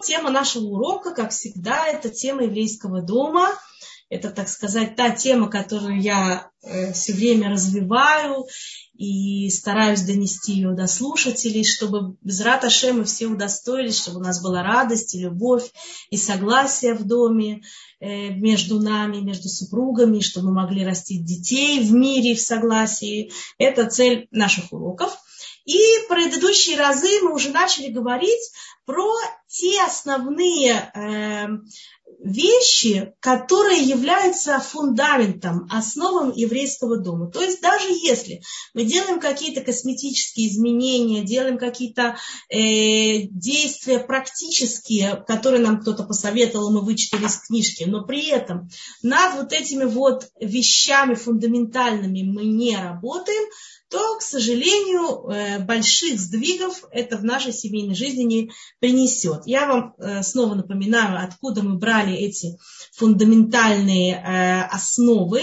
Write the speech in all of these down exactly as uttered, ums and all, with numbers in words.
тема нашего урока, как всегда, это тема еврейского дома. Это, так сказать, та тема, которую я э, все время развиваю и стараюсь донести ее до слушателей, чтобы безрат Ашем мы все удостоились, чтобы у нас была радость и любовь и согласие в доме э, между нами, между супругами, чтобы мы могли растить детей в мире, в согласии. Это цель наших уроков. И в предыдущие разы мы уже начали говорить про те основные э, вещи, которые являются фундаментом, основам еврейского дома. То есть даже если мы делаем какие-то косметические изменения, делаем какие-то э, действия практические, которые нам кто-то посоветовал, мы вычитали из книжки, но при этом над вот этими вот вещами фундаментальными мы не работаем, то, к сожалению, больших сдвигов это в нашей семейной жизни не принесет. Я вам снова напоминаю, откуда мы брали эти фундаментальные основы.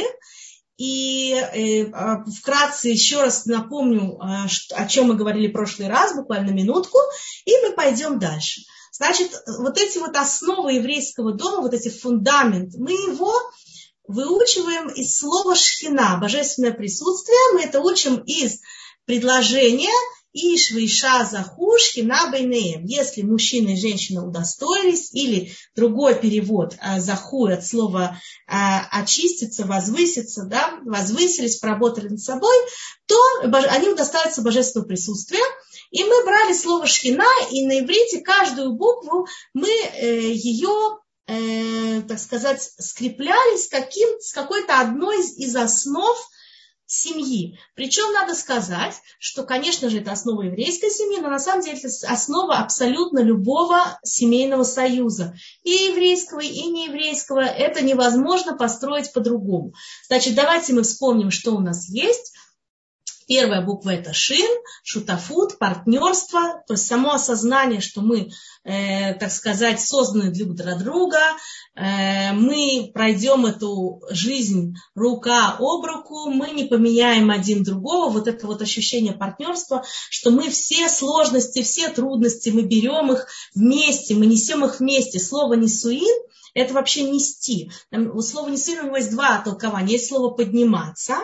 И вкратце еще раз напомню, о чем мы говорили в прошлый раз, буквально минутку, и мы пойдем дальше. Значит, вот эти вот основы еврейского дома, вот эти фундамент, мы его выучиваем из слова шхина, божественное присутствие. Мы это учим из предложения иш виша заху шхина бейнеем. Если мужчина и женщина удостоились, или другой перевод заху от слова очиститься, возвыситься, да, возвысились, поработали над собой, то они удостоятся божественного присутствия. И мы брали слово шхина, и на иврите каждую букву мы ее Э, так сказать, скрепляли с, каким, с какой-то одной из, из основ семьи. Причем надо сказать, что, конечно же, это основа еврейской семьи, но на самом деле это основа абсолютно любого семейного союза. И еврейского, и нееврейского. Это невозможно построить по-другому. Значит, давайте мы вспомним, что у нас есть. Первая буква это шин, шутафут, партнерство, то есть само осознание, что мы, э, так сказать, созданы друг для друга, э, мы пройдем эту жизнь рука об руку, мы не поменяем один другого, вот это вот ощущение партнерства, что мы все сложности, все трудности, мы берем их вместе, мы несем их вместе. Слово несуин – это вообще нести. У слова несуин у него есть два толкования. Есть слово подниматься,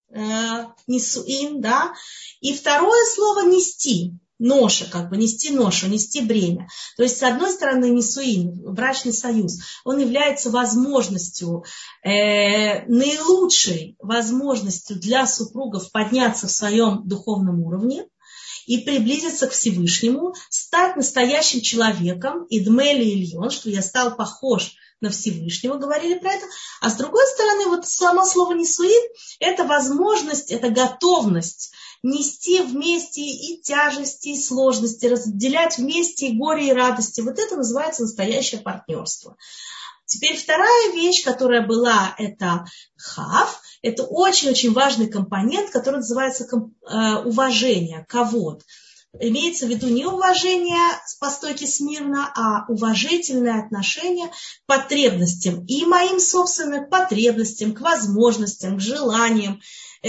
несуин, да, и второе слово нести, ноша, как бы нести ношу, нести бремя. То есть, с одной стороны, несуин, брачный союз, он является возможностью, э, наилучшей возможностью для супругов подняться в своем духовном уровне и приблизиться к Всевышнему, стать настоящим человеком, идмели ильон, что я стал похож на Всевышнего, говорили про это. А с другой стороны, вот само слово несуин, это возможность, это готовность нести вместе и тяжести, и сложности, разделять вместе и горе, и радости. Вот это называется настоящее партнерство. Теперь вторая вещь, которая была, это хав. Это очень-очень важный компонент, который называется уважение, кавод. Имеется в виду не уважение по стойке смирно, а уважительное отношение к потребностям и моим собственным потребностям, к возможностям, к желаниям,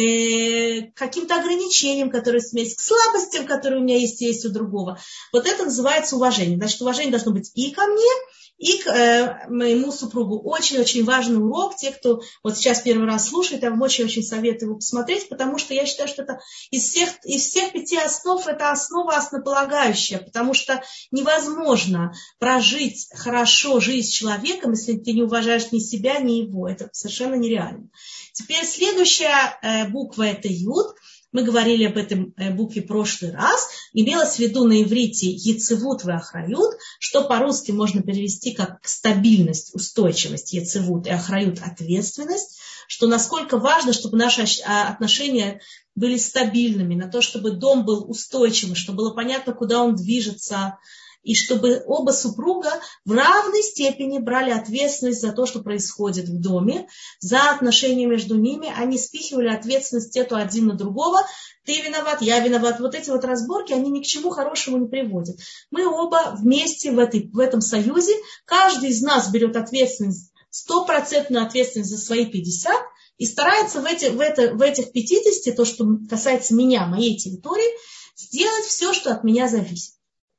э, к каким-то ограничениям, которые есть, к слабостям, которые у меня есть и есть у другого. Вот это называется уважение. Значит, уважение должно быть и ко мне, и к э, моему супругу. Очень-очень важный урок. Те, кто вот сейчас первый раз слушает, я вам очень-очень советую его посмотреть, потому что я считаю, что это из всех, из всех пяти основ, это основа основополагающая, потому что невозможно прожить хорошо жизнь с человеком, если ты не уважаешь ни себя, ни его. Это совершенно нереально. Теперь следующая э, буква это юд. Мы говорили об этом букве в прошлый раз. Имелось в виду на иврите ецевут и ахрают, что по-русски можно перевести как стабильность, устойчивость, ецевут и ахрают ответственность, что насколько важно, чтобы наши отношения были стабильными, на то, чтобы дом был устойчивым, чтобы было понятно, куда он движется, и чтобы оба супруга в равной степени брали ответственность за то, что происходит в доме, за отношения между ними, они спихивали ответственность эту один на другого, ты виноват, я виноват. Вот эти вот разборки, они ни к чему хорошему не приводят. Мы оба вместе в, этой, в этом союзе, каждый из нас берет ответственность, стопроцентную ответственность за свои пятьдесят, и старается в, эти, в, это, в этих пятидесяти, то, что касается меня, моей территории, сделать все, что от меня зависит.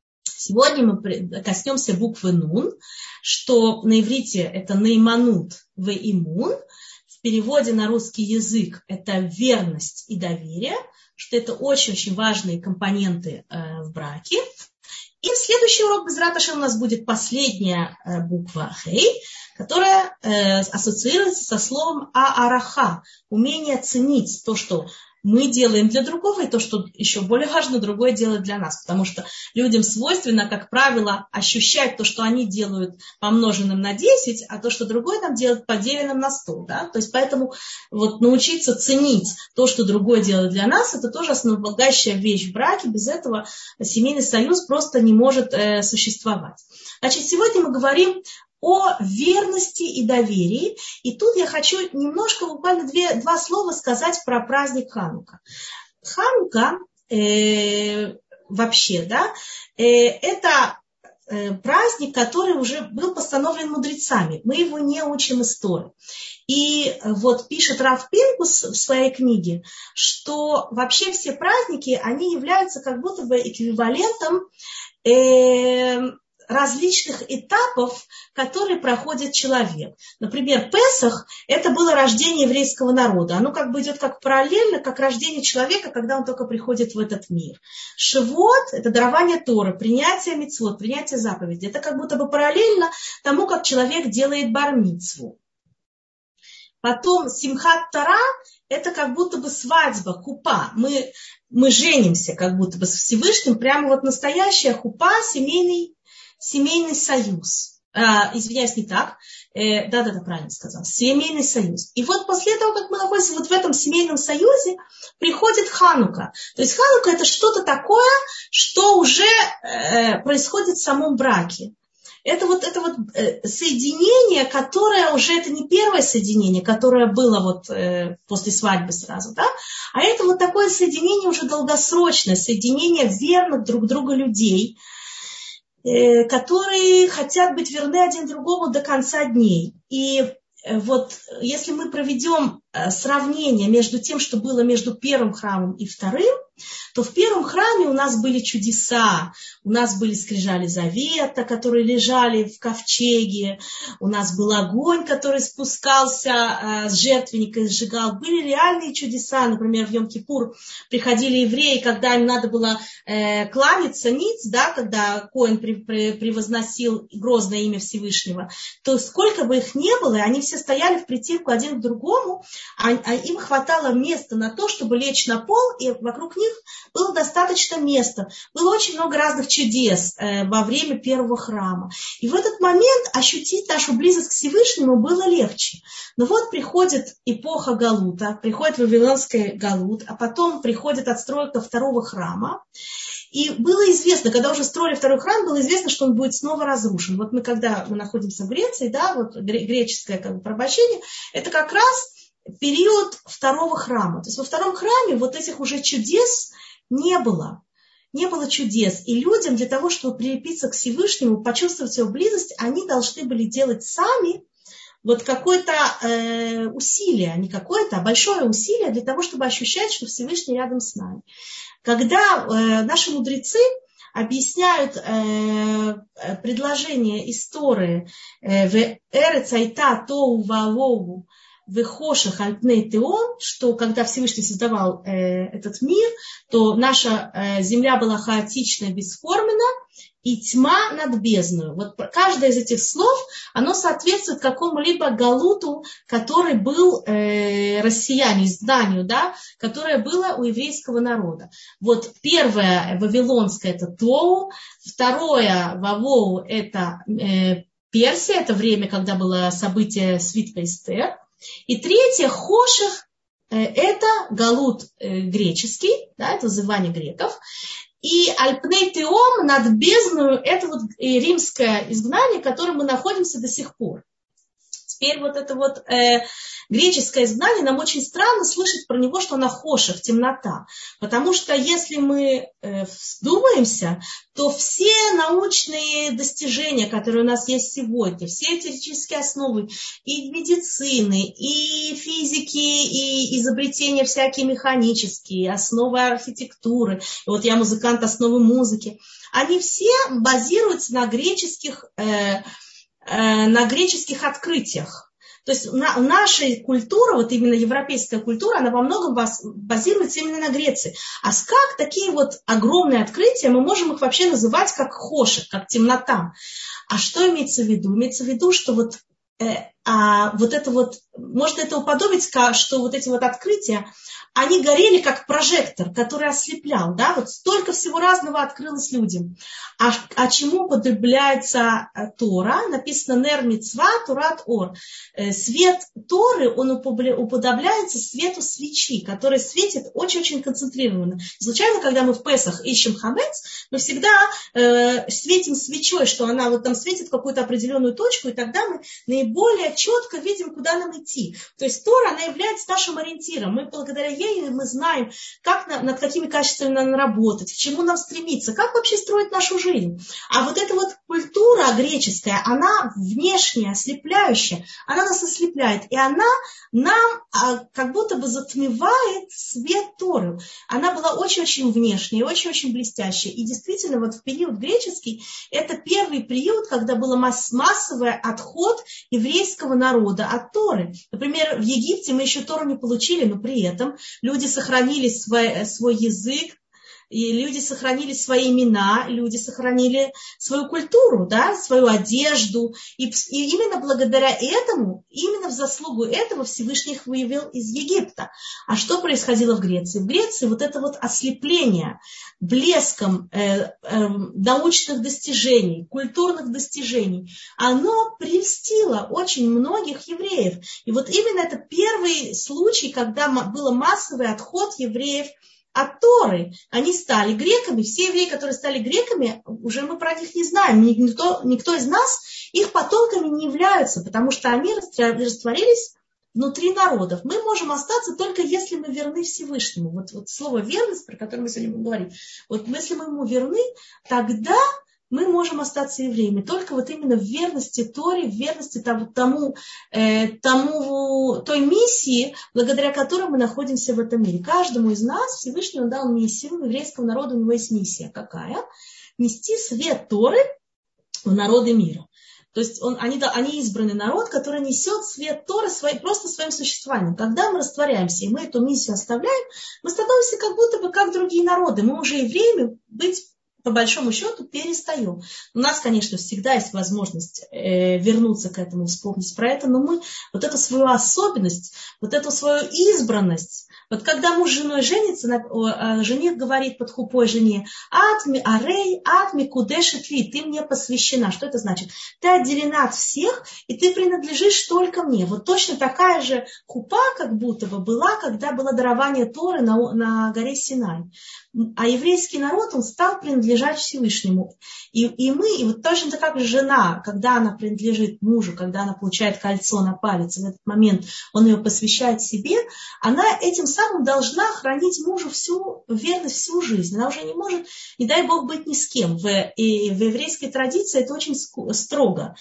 Сегодня мы коснемся буквы Нун, что на иврите это нейманут ве имун, в переводе на русский язык это верность и доверие, что это очень-очень важные компоненты э, в браке. И следующий урок Безрат Ашем у нас будет последняя э, буква Хей, которая э, ассоциируется со словом аараха, умение ценить то, что мы делаем для другого, и то, что еще более важно, другое делает для нас. Потому что людям свойственно, как правило, ощущать то, что они делают помноженным на десять, а то, что другой там делает поделенным на сто. Да? То есть поэтому вот научиться ценить то, что другой делает для нас, это тоже основополагающая вещь в браке. Без этого семейный союз просто не может э, существовать. Значит, сегодня мы говорим о верности и доверии. И тут я хочу немножко, буквально две, два слова сказать про праздник Ханука. Ханука э, вообще, да, э, это э, праздник, который уже был постановлен мудрецами. Мы его не учим истории. И вот пишет Рав Пинкус в своей книге, что вообще все праздники, они являются как будто бы эквивалентом э, различных этапов, которые проходит человек. Например, Песах – это было рождение еврейского народа. Оно как бы идет как параллельно, как рождение человека, когда он только приходит в этот мир. Шивот – это дарование Торы, принятие мицвот, принятие заповедей. Это как будто бы параллельно тому, как человек делает бар-мицву. Потом Симхат Тора – это как будто бы свадьба, хупа. Мы, мы женимся как будто бы с Всевышним, прямо вот настоящая хупа, семейный Семейный союз. А, извиняюсь, не так. Э, да-да-да, правильно сказал. Семейный союз. И вот после того, как мы находимся вот в этом семейном союзе, приходит Ханука. То есть Ханука это что-то такое, что уже э, происходит в самом браке. Это вот, это вот э, соединение, которое уже, это не первое соединение, которое было вот э, после свадьбы сразу, да, а это вот такое соединение уже долгосрочное, соединение верных друг друга людей, которые хотят быть верны один другому до конца дней. И вот если мы проведем сравнение между тем, что было между первым храмом и вторым, то в первом храме у нас были чудеса, у нас были скрижали завета, которые лежали в ковчеге, у нас был огонь, который спускался с жертвенника и сжигал. Были реальные чудеса, например, в Йом-Кипур приходили евреи, когда им надо было э, кланяться ниц, да, когда Коэн при, при, превозносил грозное имя Всевышнего, то сколько бы их ни было, они все стояли в притирку один к другому, а, а им хватало места на то, чтобы лечь на пол, и вокруг них было достаточно места. Было очень много разных чудес э, во время первого храма. И в этот момент ощутить нашу близость к Всевышнему было легче. Но вот приходит эпоха Галута, приходит Вавилонский Галут, а потом приходит отстройка второго храма. И было известно, когда уже строили второй храм, было известно, что он будет снова разрушен. Вот мы, когда мы находимся в Греции, да, вот греческое как бы порабощение, это как раз период второго храма. То есть во втором храме вот этих уже чудес не было. Не было чудес. И людям для того, чтобы прилепиться к Всевышнему, почувствовать его близость, они должны были делать сами вот какое-то э, усилие, не какое-то, а большое усилие для того, чтобы ощущать, что Всевышний рядом с нами. Когда э, наши мудрецы объясняют э, предложение из Торы «В эрец айта тоу ваову вехошах альпней теон», что когда Всевышний создавал э, этот мир, то наша э, земля была хаотична и бесформенна, и тьма над бездною. Вот каждое из этих слов, оно соответствует какому-либо галуту, который был э, россиянин, изгнанию, да, которое было у еврейского народа. Вот первое вавилонское это Тоу, второе вавоу это э, Персия, это время, когда было событие свитка Эстер. И третье, Хоших, это галут греческий, да, это вызывание греков. И альпней теом над бездною, это вот римское изгнание, в котором мы находимся до сих пор. теперь вот это вот э, греческое изгнание, нам очень странно слышать про него, что оно хоших, темнота. Потому что если мы э, вдумаемся, то все научные достижения, которые у нас есть сегодня, все теоретические основы и медицины, и физики, и изобретения всякие механические, основы архитектуры, и вот я музыкант, основы музыки, они все базируются на греческих, э, э, на греческих открытиях. То есть на, наша культура, вот именно европейская культура, она во многом базируется именно на Греции. А как такие вот огромные открытия, мы можем их вообще называть как хошек, как темнота. А что имеется в виду? Имеется в виду, что вот, э, а, вот это вот, можно это уподобить, что вот эти вот открытия, они горели как прожектор, который ослеплял, да, вот столько всего разного открылось людям. А, а чему уподобляется Тора? Написано «Нер мицва турат ор». Свет Торы, он уподобляется свету свечи, который светит очень-очень концентрированно. Случайно, когда мы в Песах ищем хамец, мы всегда э, светим свечой, что она вот там светит в какую-то определенную точку, и тогда мы наиболее четко видим, куда нам идти. То есть Тора, она является нашим ориентиром. Мы благодаря ей мы знаем, как, над какими качествами нам работать, к чему нам стремиться, как вообще строить нашу жизнь. А вот эта вот культура греческая, она внешняя, ослепляющая, она нас ослепляет, и она нам а, как будто бы затмевает свет Торы. Она была очень-очень внешняя, очень-очень блестящая. И действительно, вот в период греческий, это первый период, когда был масс- массовый отход еврейского народа от Торы. Например, в Египте мы еще Тору не получили, но при этом люди сохранили свой, свой язык, и люди сохранили свои имена, люди сохранили свою культуру, да, свою одежду. И, и именно благодаря этому, именно в заслугу этого Всевышний их вывел из Египта. А что происходило в Греции? В Греции вот это вот ослепление блеском э, э, научных достижений, культурных достижений, оно прельстило очень многих евреев. И вот именно это первый случай, когда был массовый отход евреев от Торы. Они стали греками. Все евреи, которые стали греками, уже мы про них не знаем. Никто, никто из нас их потомками не являются, потому что они растворились внутри народов. Мы можем остаться только если мы верны Всевышнему. Вот, вот слово верность, про которое мы сегодня будем говорить. Вот если мы ему верны, тогда мы можем остаться евреями. Только вот именно в верности Торе, в верности тому, тому, э, тому, той миссии, благодаря которой мы находимся в этом мире. Каждому из нас Всевышний он дал миссию, еврейскому народу у него есть миссия. Какая? Нести свет Торы в народы мира. То есть он, они, они избранный народ, который несет свет Торы свои, просто своим существованием. Когда мы растворяемся, и мы эту миссию оставляем, мы становимся как будто бы как другие народы. Мы уже евреями быть по большому счету перестаем. У нас, конечно, всегда есть возможность э, вернуться к этому, вспомнить про это, но мы вот эту свою особенность, вот эту свою избранность, вот когда муж с женой женится, на, жених говорит под хупой жене: «Атми арей, атми кудешет ли», ты мне посвящена. Что это значит? Ты отделена от всех, и ты принадлежишь только мне. Вот точно такая же хупа, как будто бы была, когда было дарование Торы на, на горе Синай. А еврейский народ, он стал принадлежать Всевышнему. И, и мы, и вот точно так же жена, когда она принадлежит мужу, когда она получает кольцо на палец, в этот момент он ее посвящает себе, она этим самым должна хранить мужу всю верность, всю жизнь. Она уже не может, не дай Бог, быть ни с кем. В, и в еврейской традиции это очень строго.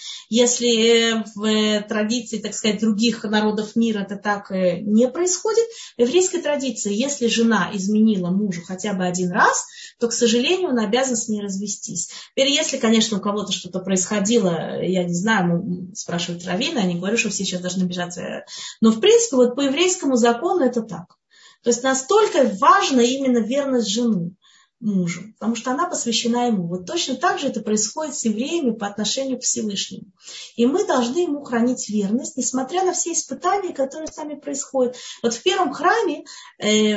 Если в традиции, так сказать, других народов мира это так не происходит, в еврейской традиции, если жена изменила мужу хотя бы один раз, то, к сожалению, он обязан с ней развестись. Теперь, если, конечно, у кого-то что-то происходило, я не знаю, ну, спрашивают раввины, я не говорю, что все сейчас должны бежать. Но, в принципе, вот по еврейскому закону это так. То есть настолько важна именно верность жены мужу, потому что она посвящена ему. Вот точно так же это происходит с евреями по отношению к Всевышнему. И мы должны ему хранить верность, несмотря на все испытания, которые с нами происходят. Вот в первом храме, э,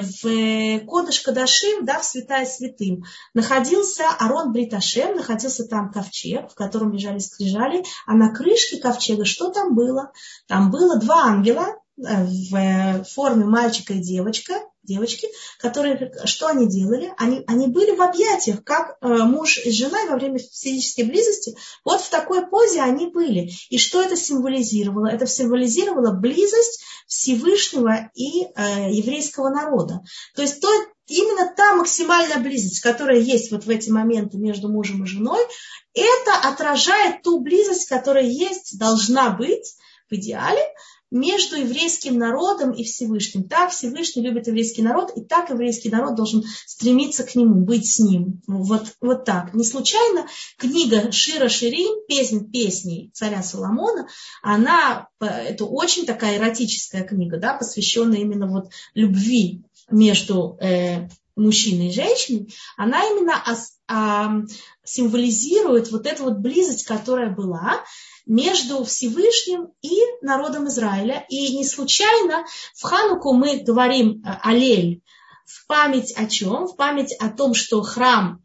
в Кодеш Кодашим, да, в Святая Святым, находился Арон Брит Ашем, находился там ковчег, в котором лежали скрижали, а на крышке ковчега что там было? Там было два ангела в форме мальчика и девочка, девочки, которые, что они делали? Они, они были в объятиях, как э, муж и жена во время физической близости. Вот в такой позе они были. И что это символизировало? Это символизировало близость Всевышнего и э, еврейского народа. То есть то, именно та максимальная близость, которая есть вот в эти моменты между мужем и женой, это отражает ту близость, которая есть, должна быть в идеале между еврейским народом и Всевышним. Так Всевышний любит еврейский народ, и так еврейский народ должен стремиться к нему, быть с ним. Вот, вот так. Не случайно книга Шира Ширим, песнь песней царя Соломона, она, это очень такая эротическая книга, да, посвященная именно вот любви между э, мужчиной и женщиной. Она именно ос, а, символизирует вот эту вот близость, которая была между Всевышним и народом Израиля. И не случайно в Хануку мы говорим аллель в память о чем? В память о том, что храм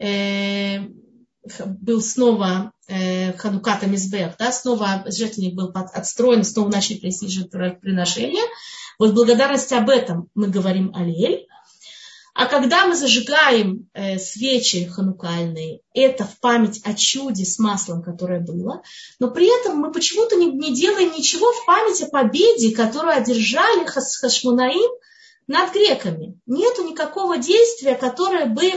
э, был снова э, Ханукат Мизбех, да, снова жертвенник был под, отстроен, снова начали принести жертвоприношения. Вот в благодарность об этом мы говорим аллель. А когда мы зажигаем э, свечи ханукальные, это в память о чуде с маслом, которое было. Но при этом мы почему-то не, не делаем ничего в память о победе, которую одержали Хас, Хашмонаим над греками. Нету никакого действия, которое бы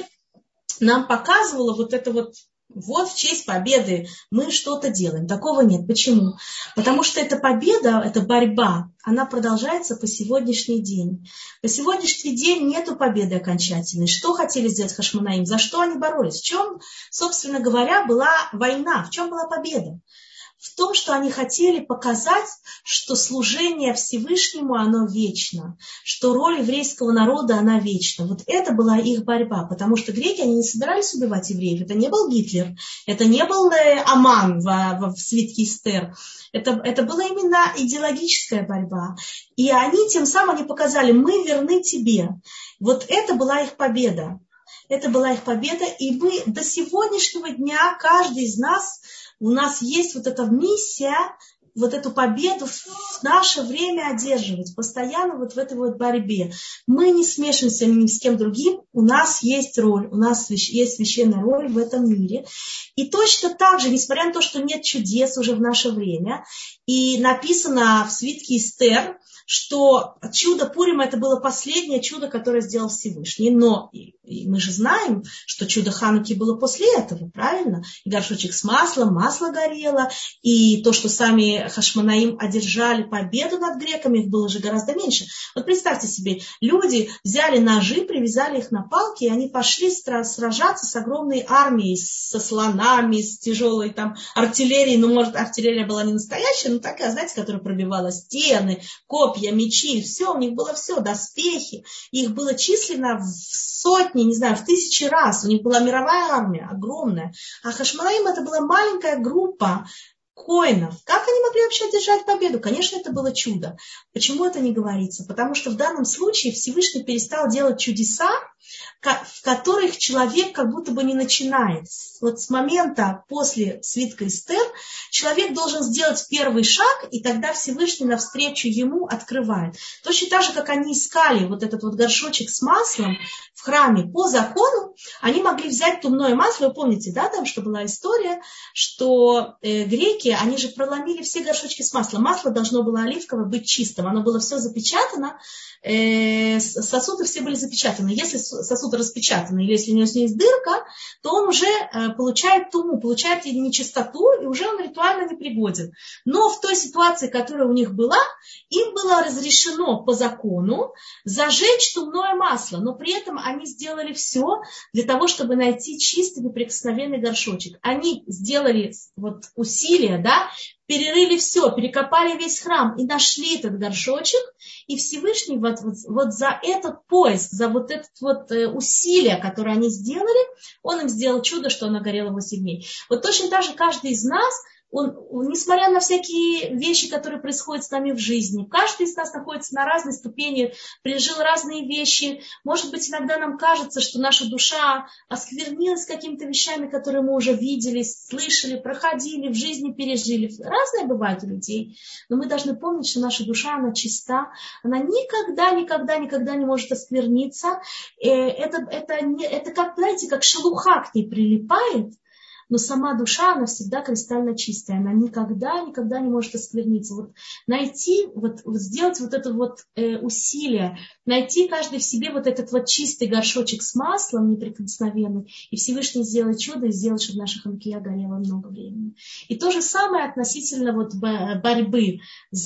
нам показывало вот это вот, вот в честь победы мы что-то делаем. Такого нет. Почему? Потому что эта победа, эта борьба, она продолжается по сегодняшний день. По сегодняшний день нету победы окончательной. Что хотели сделать Хашмонаим? За что они боролись? В чем, собственно говоря, была война? В чем была победа? В том, что они хотели показать, что служение Всевышнему, оно вечно, что роль еврейского народа, она вечна. Вот это была их борьба, потому что греки, они не собирались убивать евреев. Это не был Гитлер, это не был Аман в, в свитке Эстер. Это, это была именно идеологическая борьба. И они тем самым они показали, мы верны тебе. Вот это была их победа. Это была их победа. И мы до сегодняшнего дня, каждый из нас, у нас есть вот эта миссия, вот эту победу в наше время одерживать, постоянно вот в этой вот борьбе. Мы не смешиваемся ни с кем другим, у нас есть роль, у нас есть священная роль в этом мире. И точно так же, несмотря на то, что нет чудес уже в наше время, и написано в свитке Эстер, что чудо Пурима это было последнее чудо, которое сделал Всевышний. Но и, и мы же знаем, что чудо Хануки было после этого, правильно? И горшочек с маслом, масло горело, и то, что сами Хашмонаим одержали победу над греками, их было же гораздо меньше. Вот представьте себе, люди взяли ножи, привязали их на палки, и они пошли сражаться с огромной армией, со слонами, с тяжелой там артиллерией. Ну, может, артиллерия была не настоящая, но такая, знаете, которая пробивала стены, копья, мечи, все, у них было все, доспехи. Их было численно в сотни, не знаю, в тысячи раз. У них была мировая армия, огромная. А Хашмонаим это была маленькая группа коинов. Как они могли вообще одержать победу? Конечно, это было чудо. Почему это не говорится? Потому что в данном случае Всевышний перестал делать чудеса, в которых человек как будто бы не начинает. Вот с момента после свитка Эстер человек должен сделать первый шаг, и тогда Всевышний навстречу ему открывает. Точно так же, как они искали вот этот вот горшочек с маслом в храме по закону, они могли взять тумное масло. Вы помните, да, там, что была история, что э, греки, они же проломили все горшочки с маслом. Масло должно было оливковое быть чистым, оно было все запечатано, э, сосуды все были запечатаны. Если сосуд распечатан, или если у него есть дырка, то он уже э, получает туму, получает нечистоту, и уже он ритуально непригоден. Но в той ситуации, которая у них была, им было разрешено по закону зажечь тумное масло, но при этом они сделали все для того, чтобы найти чистый неприкосновенный горшочек. Они сделали вот усилия, да, перерыли все, перекопали весь храм и нашли этот горшочек, и Всевышний вот, вот, вот за этот поиск, за вот это вот усилие, которое они сделали, он им сделал чудо, что оно горело восемь дней. Вот точно так же каждый из нас, он, он, несмотря на всякие вещи, которые происходят с нами в жизни, каждый из нас находится на разной ступени, пережил разные вещи. Может быть, иногда нам кажется, что наша душа осквернилась какими-то вещами, которые мы уже видели, слышали, проходили, в жизни пережили. Разное бывает у людей. Но мы должны помнить, что наша душа, она чиста, она никогда, никогда, никогда не может оскверниться. Это, это, это как, знаете, как шелуха к ней прилипает, но сама душа, она всегда кристально чистая, она никогда, никогда не может оскверниться. Вот найти, вот, вот сделать вот это вот э, усилие, найти каждый в себе вот этот вот чистый горшочек с маслом неприкосновенный, и Всевышний сделает чудо, и сделает, чтобы наша ханкия горела много времени. И то же самое относительно вот борьбы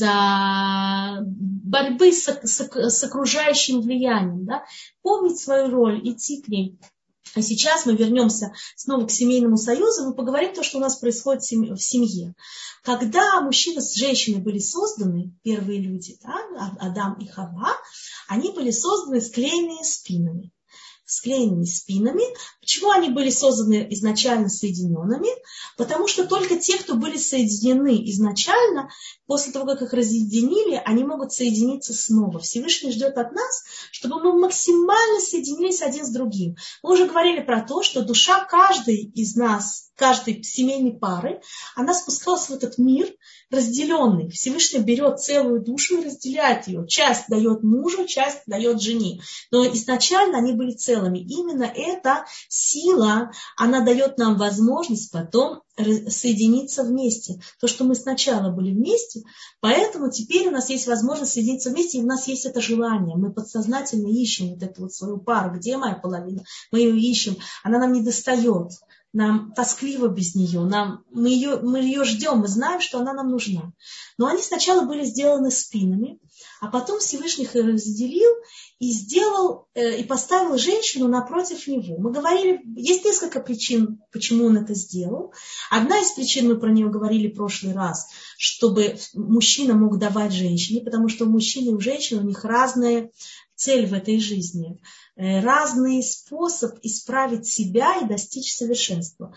за борьбы с, с, с окружающим влиянием, да? Помнить свою роль, идти к ней. А сейчас мы вернемся снова к семейному союзу и поговорим то, что у нас происходит в семье. Когда мужчина с женщиной были созданы, первые люди, да, Адам и Хава, они были созданы склеенные спинами. Склеенными спинами. Почему они были созданы изначально соединенными? Потому что только те, кто были соединены изначально, после того, как их разъединили, они могут соединиться снова. Всевышний ждет от нас, чтобы мы максимально соединились один с другим. Мы уже говорили про то, что душа каждой из нас, каждой семейной пары, она спускалась в этот мир разделенный. Всевышний берет целую душу и разделяет ее. Часть дает мужу, часть дает жене. Но изначально они были целыми. Именно эта сила, она дает нам возможность потом соединиться вместе. То, что мы сначала были вместе, поэтому теперь у нас есть возможность соединиться вместе, и у нас есть это желание. Мы подсознательно ищем вот эту вот свою пару. Где моя половина? Мы ее ищем. Она нам не достает. Нам тоскливо без нее, нам, мы, ее, мы ее ждем, мы знаем, что она нам нужна. Но они сначала были сделаны спинами, а потом Всевышний их разделил и сделал, э, и поставил женщину напротив него. Мы говорили, есть несколько причин, почему он это сделал. Одна из причин, мы про нее говорили в прошлый раз, чтобы мужчина мог давать женщине, потому что у мужчины и у женщины у них разная цель в этой жизни. Разный способ исправить себя и достичь совершенства.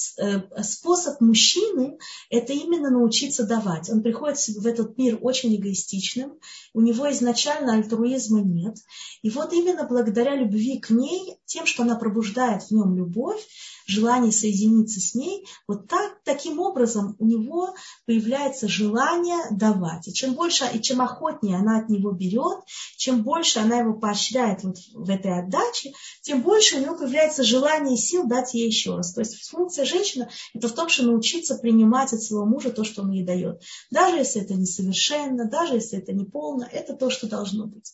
Способ мужчины – это именно научиться давать. Он приходит в этот мир очень эгоистичным, у него изначально альтруизма нет. И вот именно благодаря любви к ней, тем, что она пробуждает в нем любовь, желание соединиться с ней, вот так, таким образом у него появляется желание давать. И чем больше, и чем охотнее она от него берет, чем больше она его поощряет вот в этой отдаче, тем больше у него появляется желание и сил дать ей еще раз. То есть функция женщины – это в том, что научиться принимать от своего мужа то, что он ей дает. Даже если это несовершенно, даже если это не полно, это то, что должно быть.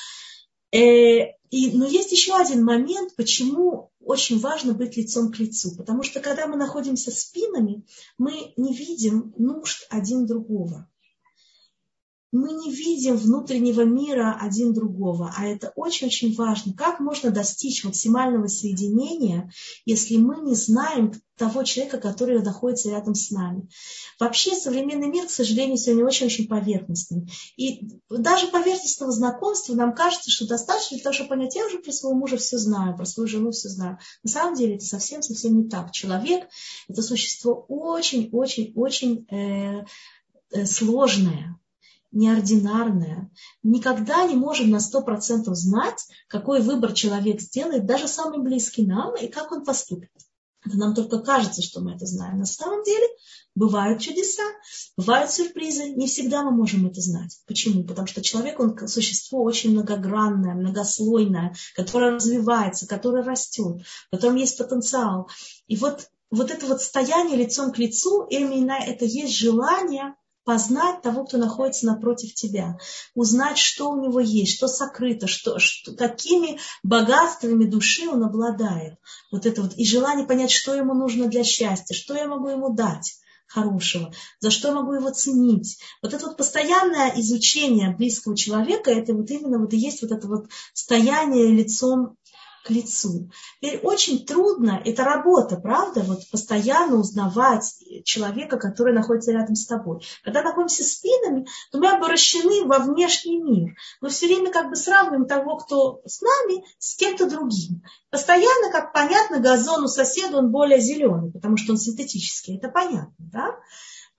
И, но есть еще один момент, почему очень важно быть лицом к лицу. Потому что когда мы находимся спинами, мы не видим нужд один другого. Мы не видим внутреннего мира один другого, а это очень-очень важно. Как можно достичь максимального соединения, если мы не знаем того человека, который находится рядом с нами? Вообще современный мир, к сожалению, сегодня очень-очень поверхностный. И даже поверхностного знакомства нам кажется, что достаточно для того, чтобы понять, я уже про своего мужа все знаю, про свою жену все знаю. На самом деле это совсем-совсем не так. Человек – это существо очень-очень-очень э, э, сложное. Неординарное. Никогда не можем на сто процентов знать, какой выбор человек сделает, даже самый близкий нам, и как он поступит. Это нам только кажется, что мы это знаем. На самом деле бывают чудеса, бывают сюрпризы. Не всегда мы можем это знать. Почему? Потому что человек, он существо очень многогранное, многослойное, которое развивается, которое растет, в котором есть потенциал. И вот, вот это вот стояние лицом к лицу, именно это есть желание познать того, кто находится напротив тебя, узнать, что у него есть, что сокрыто, что, что, какими богатствами души он обладает. Вот это вот. И желание понять, что ему нужно для счастья, что я могу ему дать хорошего, за что я могу его ценить. Вот это вот постоянное изучение близкого человека, это вот именно вот и есть вот это вот стояние лицом к лицу. Теперь очень трудно, это работа, правда, вот постоянно узнавать человека, который находится рядом с тобой. Когда находимся спинами, то мы обращены во внешний мир. Мы все время как бы сравниваем того, кто с нами, с кем-то другим. Постоянно, как понятно, газон у соседа, он более зеленый, потому что он синтетический, это понятно, да?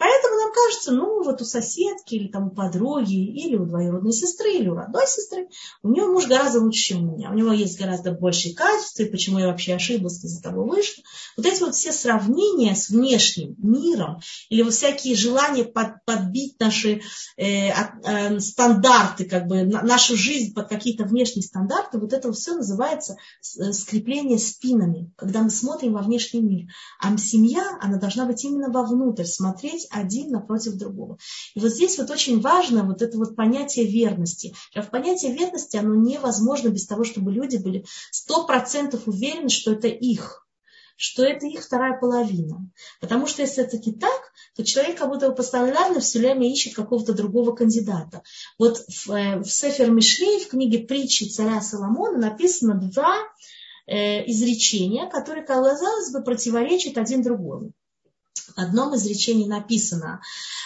Поэтому нам кажется, ну вот у соседки или там у подруги, или у двоюродной сестры, или у родной сестры, у нее муж гораздо лучше, чем у меня. У него есть гораздо большие качества, и почему я вообще ошиблась, из-за того вышла. Вот эти вот все сравнения с внешним миром, или вот всякие желания под, подбить наши э, э, стандарты, как бы нашу жизнь под какие-то внешние стандарты, вот это все называется скрепление спинами, когда мы смотрим во внешний мир. А семья, она должна быть именно вовнутрь, смотреть один напротив другого. И вот здесь вот очень важно вот это вот понятие верности. А в понятие верности оно невозможно без того, чтобы люди были сто процентов уверены, что это их, что это их вторая половина. Потому что если это не так, то человек как будто бы постоянно все время ищет какого-то другого кандидата. Вот в, в Сефер Мишлей, в книге притчи царя Соломона, написано два э, изречения, которые, казалось бы, противоречат один другому. В одном изречении написано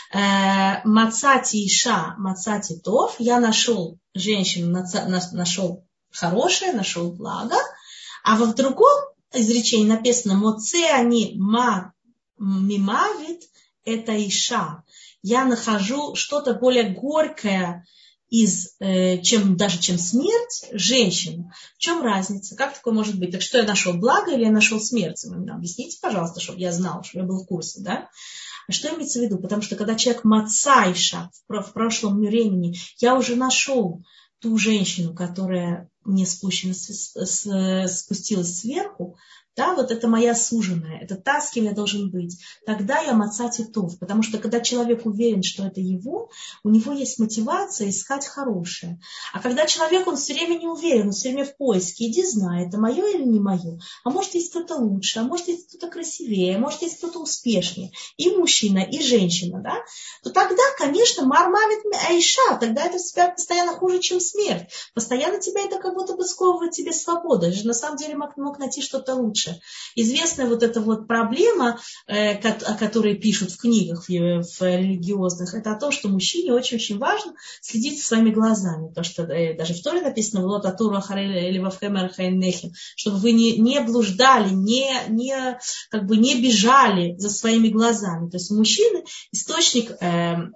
«Мацати иша, мацати тов», я нашел женщину, нашел хорошее, нашел благо, а во другом изречении написано «Моце они ма мимавит, это иша». Я нахожу что-то более горькое, из, э, чем, даже чем смерть, женщину. В чем разница? Как такое может быть? Так что я нашел благо или я нашел смерть? Вы мне объясните, пожалуйста, чтобы я знал, чтобы я был в курсе. Да? А что имеется в виду? Потому что когда человек мацайша в, в прошлом времени, я уже нашел ту женщину, которая мне спущена, с, с, спустилась сверху, да, вот это моя суженая, это та, с кем я должен быть. Тогда я мацати тов, потому что когда человек уверен, что это его, у него есть мотивация искать хорошее. А когда человек, он все время не уверен, он все время в поиске, иди знай, это мое или не мое. А может, есть кто-то лучше, а может, есть кто-то красивее, а может, есть кто-то успешнее. И мужчина, и женщина, да. То тогда, конечно, мармавит айша, тогда это в тебя постоянно хуже, чем смерть. Постоянно тебя это как будто бы сковывает тебе свободу. На самом деле мог, мог найти что-то лучше. Известная вот эта вот проблема, э, о которой пишут в книгах в, в религиозных, это о том, что мужчине очень-очень важно следить за своими глазами. Потому что э, даже в Торе написано «Вот атура харель или вавхемер хайнехим», чтобы вы не, не блуждали, не, не, как бы не бежали за своими глазами. То есть у мужчины источник... Э,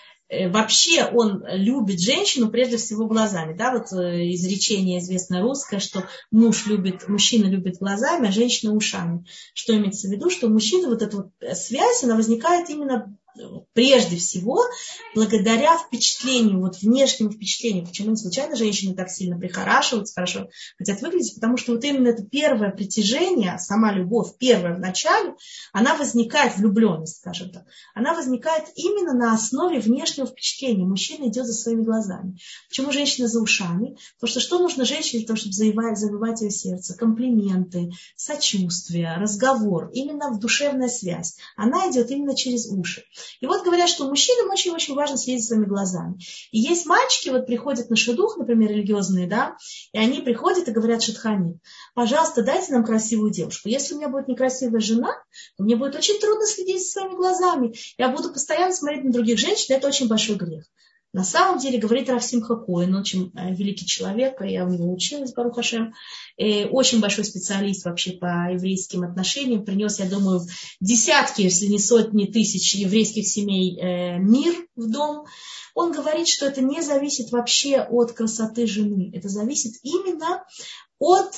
Вообще он любит женщину прежде всего глазами. Да? Вот изречение известное русское, что муж любит, мужчина любит глазами, а женщина ушами. Что имеется в виду? Что у мужчины вот эта вот связь, она возникает именно прежде всего благодаря впечатлению, вот внешнему впечатлению. Почему не случайно женщины так сильно прихорашиваются, хорошо хотят выглядеть? Потому что вот именно это первое притяжение, сама любовь, первое в начале, она возникает, влюбленность, скажем так, она возникает именно на основе внешнего впечатления. Мужчина идет за своими глазами. Почему женщина за ушами? Потому что что нужно женщине для того, чтобы завоевать, завоевать ее сердце? Комплименты, сочувствие, разговор, именно душевная связь. Она идет именно через уши. И вот говорят, что мужчинам очень-очень важно следить за своими глазами. И есть мальчики, вот приходят на шедух, например, религиозные, да, и они приходят и говорят шатханит: пожалуйста, дайте нам красивую девушку. Если у меня будет некрасивая жена, то мне будет очень трудно следить за своими глазами. Я буду постоянно смотреть на других женщин, это очень большой грех. На самом деле, говорит Рав Симха Коэн, очень великий человек, я у него училась, Барух Ашем, очень большой специалист вообще по еврейским отношениям, принес, я думаю, десятки, если не сотни тысяч еврейских семей мир в дом. Он говорит, что это не зависит вообще от красоты жены, это зависит именно от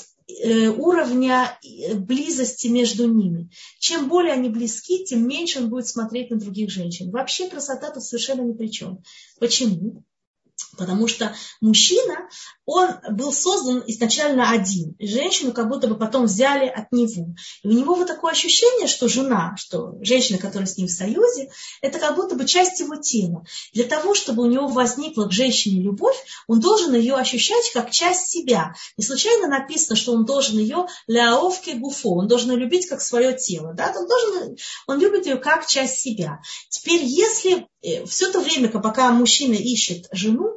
уровня близости между ними. Чем более они близки, тем меньше он будет смотреть на других женщин. Вообще красота тут совершенно ни при чем. Почему? Потому что мужчина, он был создан изначально один. Женщину как будто бы потом взяли от него. И у него вот такое ощущение, что жена, что женщина, которая с ним в союзе, это как будто бы часть его тела. Для того, чтобы у него возникла к женщине любовь, он должен ее ощущать как часть себя. Не случайно написано, что он должен ее ляовке гуфо, он должен ее любить как свое тело. Да? Он, должен, он любит ее как часть себя. Теперь, если все то время, пока мужчина ищет жену,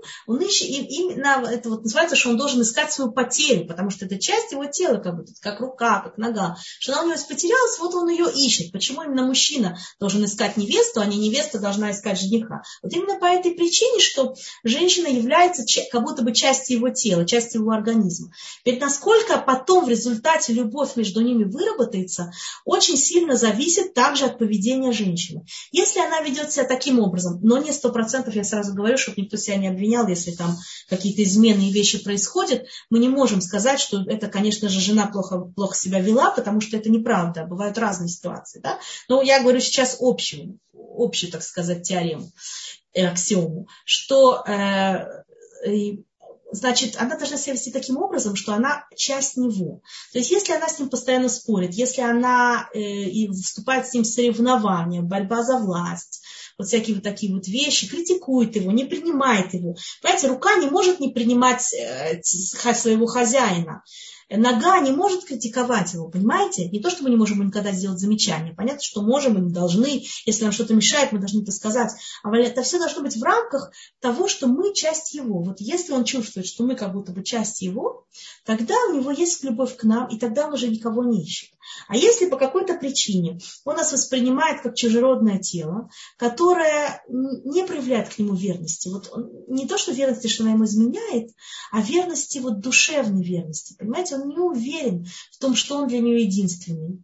он ищет, и именно это вот называется, что он должен искать свою потерю, потому что это часть его тела, как будто, как рука, как нога, что она у него потерялась, вот он ее ищет. Почему именно мужчина должен искать невесту, а не невеста должна искать жениха? Вот именно по этой причине, что женщина является как будто бы частью его тела, частью его организма. Ведь насколько потом в результате любовь между ними выработается, очень сильно зависит также от поведения женщины. Если она ведет себя таким образом, но не сто процентов, я сразу говорю, чтобы никто себя не обвинял, если там какие-то изменные вещи происходят, мы не можем сказать, что это, конечно же, жена плохо, плохо себя вела, потому что это неправда, бывают разные ситуации. Да? Но я говорю сейчас общую, общую, так сказать, теорему, э, аксиому, что э, э, значит, она должна себя вести таким образом, что она часть него. То есть, если она с ним постоянно спорит, если она э, и вступает с ним в соревнования, борьба за власть, вот всякие вот такие вот вещи, критикует его, не принимает его. Понимаете, рука не может не принимать э, своего хозяина. Нога не может критиковать его, понимаете? Не то, что мы не можем никогда сделать замечание. Понятно, что можем и не должны. Если нам что-то мешает, мы должны это сказать. А это все должно быть в рамках того, что мы часть его. Вот если он чувствует, что мы как будто бы часть его, тогда у него есть любовь к нам, и тогда он уже никого не ищет. А если по какой-то причине он нас воспринимает как чужеродное тело, которое не проявляет к нему верности, вот он, не то, что верности, что она ему изменяет, а верности, вот душевной верности, понимаете, он не уверен в том, что он для нее единственный.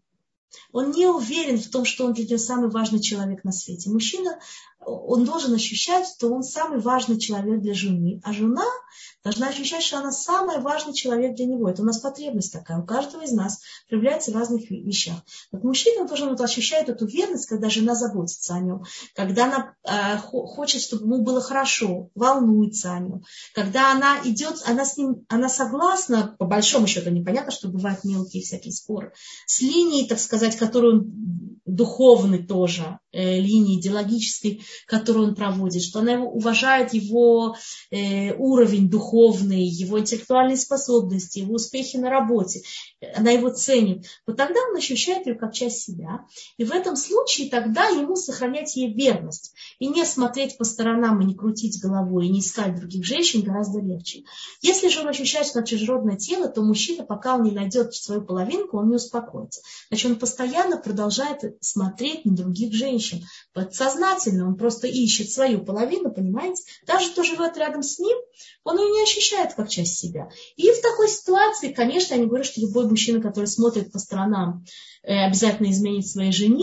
Он не уверен в том, что он для нее самый важный человек на свете. Мужчина, он должен ощущать, что он самый важный человек для жены, а жена должна ощущать, что она самый важный человек для него. Это у нас потребность такая. У каждого из нас проявляется в разных вещах. Вот мужчина должен вот ощущать эту верность, когда жена заботится о нем, когда она э, хочет, чтобы ему было хорошо, волнуется о нем, когда она идет, она с ним, она согласна, по большому счету, непонятно, что бывают мелкие всякие споры, с линией, так сказать, которую он духовной тоже, э, линии идеологической, которую он проводит, что она его уважает, его э, уровень духовный, его интеллектуальные способности, его успехи на работе, она его ценит, вот тогда он ощущает ее как часть себя. И в этом случае тогда ему сохранять ей верность. И не смотреть по сторонам, и не крутить головой, и не искать других женщин гораздо легче. Если же он ощущает, что это чужеродное тело, то мужчина, пока он не найдет свою половинку, он не успокоится. Значит, он постоянно продолжает смотреть на других женщин. Подсознательно он просто ищет свою половину, понимаете? Даже кто живет рядом с ним, он ее не ощущает как часть себя. И в такой ситуации, конечно, я не говорю, что любой мужчина, который смотрит по сторонам, обязательно изменит своей жене,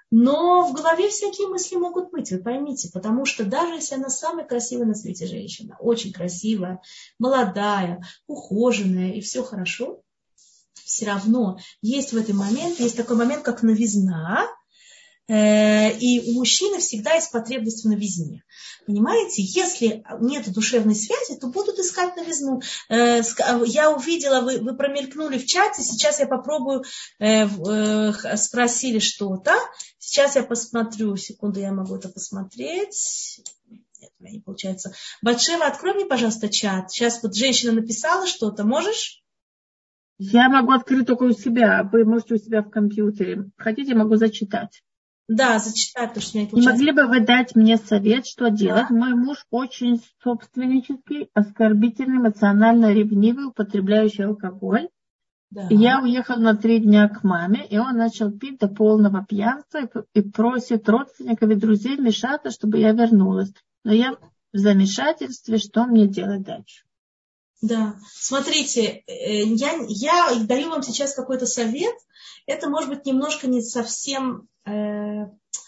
но в голове всякие мысли могут быть, вы поймите, потому что даже если она самая красивая на свете женщина, очень красивая, молодая, ухоженная и все хорошо, все равно есть в этот момент, есть такой момент, как новизна, и у мужчины всегда есть потребность в новизне. Понимаете, если нет душевной связи, то будут искать новизну. Я увидела, вы, вы промелькнули в чате, сейчас я попробую, спросили что-то. Сейчас я посмотрю, секунду, я могу это посмотреть. Нет, у меня не получается. Батшева, открой мне, пожалуйста, чат. Сейчас вот женщина написала что-то, можешь? Я могу открыть только у себя, вы можете у себя в компьютере. Хотите, могу зачитать. Да, зачитать, потому что у меня не Не получается. могли бы вы дать мне совет, что делать? Да. Мой муж очень собственнический, оскорбительный, эмоционально ревнивый, употребляющий алкоголь. Да. Я уехал на три дня к маме, и он начал пить до полного пьянства и просит родственников и друзей вмешаться, чтобы я вернулась. Но я в замешательстве, что мне делать дальше? Да, смотрите, я, я даю вам сейчас какой-то совет. Это может быть немножко не совсем... Э,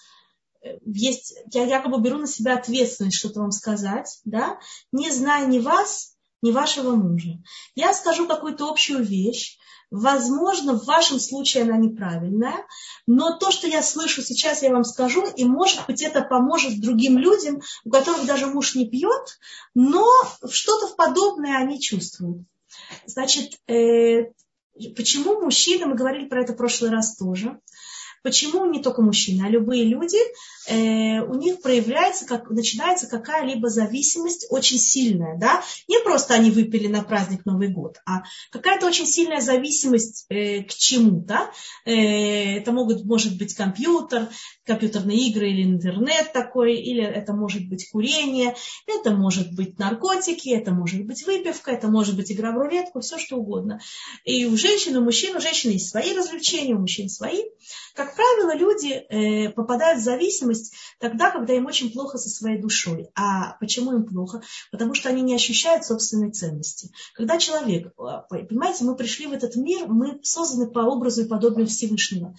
есть, я якобы беру на себя ответственность что-то вам сказать, да, не зная ни вас, ни вашего мужа. Я скажу какую-то общую вещь. Возможно, в вашем случае она неправильная, но то, что я слышу сейчас, я вам скажу, и, может быть, это поможет другим людям, у которых даже муж не пьет, но что-то подобное они чувствуют. Значит, э, почему мужчина, мы говорили про это в прошлый раз тоже, Почему не только мужчины, а любые люди, э, у них проявляется, как, начинается какая-либо зависимость очень сильная, да, не просто они выпили на праздник Новый год, а какая-то очень сильная зависимость э, к чему-то. Э, это могут, может быть компьютер, компьютерные игры или интернет такой, или это может быть курение, это может быть наркотики, это может быть выпивка, это может быть игра в рулетку, все что угодно. И у женщин, у мужчин, у женщин есть свои развлечения, у мужчин свои. Как правило, люди э, попадают в зависимость тогда, когда им очень плохо со своей душой. А почему им плохо? Потому что они не ощущают собственной ценности. Когда человек, понимаете, мы пришли в этот мир, мы созданы по образу и подобию Всевышнего.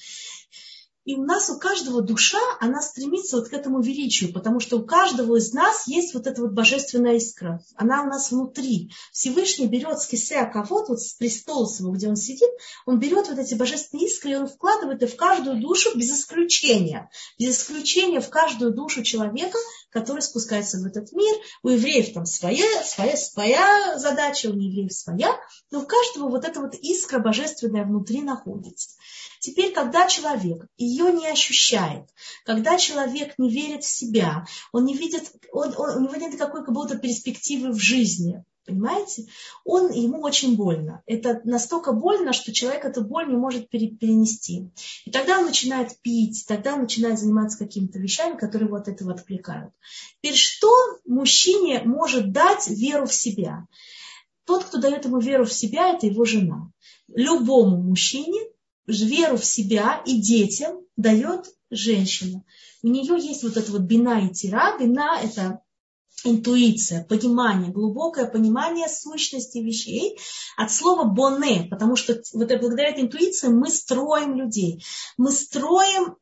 И у нас, у каждого душа, она стремится вот к этому величию, потому что у каждого из нас есть вот эта вот божественная искра. Она у нас внутри. Всевышний берет с кисея кого-то, вот с престола своего, где он сидит, он берет вот эти божественные искры, и он вкладывает их в каждую душу без исключения. Без исключения в каждую душу человека, который спускается в этот мир. У евреев там своя, своя, своя задача, у неевреев своя, но у каждого вот эта вот искра божественная внутри находится. Теперь, когда человек ее не ощущает, когда человек не верит в себя, он не видит, он, он, у него нет никакой как будто перспективы в жизни, понимаете, он, ему очень больно. Это настолько больно, что человек эту боль не может пере, перенести. И тогда он начинает пить, тогда он начинает заниматься какими-то вещами, которые его от этого отвлекают. Теперь, что мужчине может дать веру в себя? Тот, кто дает ему веру в себя, это его жена. Любому мужчине веру в себя и детям дает женщина. У нее есть вот это вот бина и тира. Бина – это интуиция, понимание, глубокое понимание сущности вещей от слова боне, потому что вот благодаря этой интуиции мы строим людей, мы строим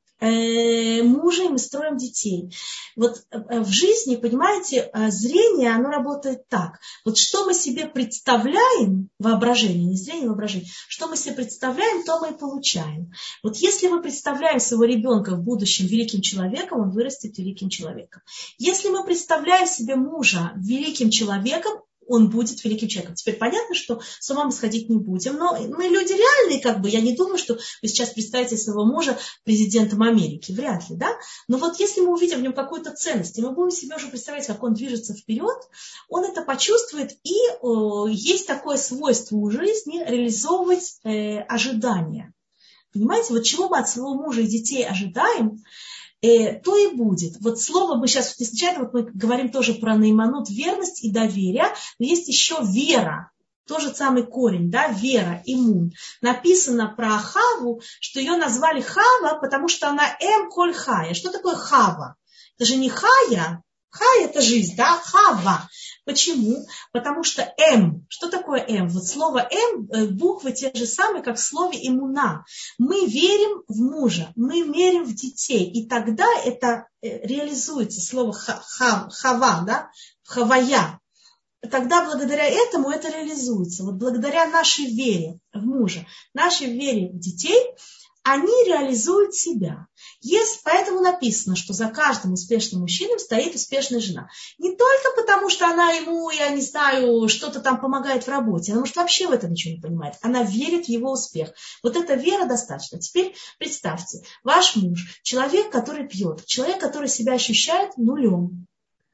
э, мужа и мы строим детей. Вот э, в жизни, понимаете, зрение, оно работает так. Вот что мы себе представляем, воображение, не зрение, воображение, что мы себе представляем, то мы и получаем. Вот если мы представляем своего ребенка в будущем великим человеком, он вырастет великим человеком. Если мы представляем себе мужа великим человеком, он будет великим человеком. Теперь понятно, что с ума мы сходить не будем, но мы люди реальные, как бы, я не думаю, что вы сейчас представите своего мужа президентом Америки, вряд ли, да? Но вот если мы увидим в нем какую-то ценность, и мы будем себе уже представлять, как он движется вперед, он это почувствует, и э, есть такое свойство у жизни реализовывать э, ожидания. Понимаете, вот чего мы от своего мужа и детей ожидаем, Э, то и будет. Вот слово мы сейчас не случайно, вот мы говорим тоже про нейманут, верность и доверие, но есть еще вера, тот самый корень, да, вера, иммун. Написано про Хаву, что ее назвали Хава, потому что она эм коль хая. Что такое Хава? Это же не Хая, Хая это жизнь, да, Хава. Почему? Потому что М. Что такое М? Вот слово М, буквы те же самые, как в слове иммуна. Мы верим в мужа, мы верим в детей. И тогда это реализуется, слово хав, хава, да, хавая. Тогда благодаря этому это реализуется. Вот благодаря нашей вере в мужа, нашей вере в детей, они реализуют себя. Есть, поэтому написано, что за каждым успешным мужчиной стоит успешная жена. Не только потому, что она ему, я не знаю, что-то там помогает в работе, она может вообще в этом ничего не понимает. Она верит в его успех. Вот эта вера достаточно. Теперь представьте, ваш муж, человек, который пьет, человек, который себя ощущает нулем.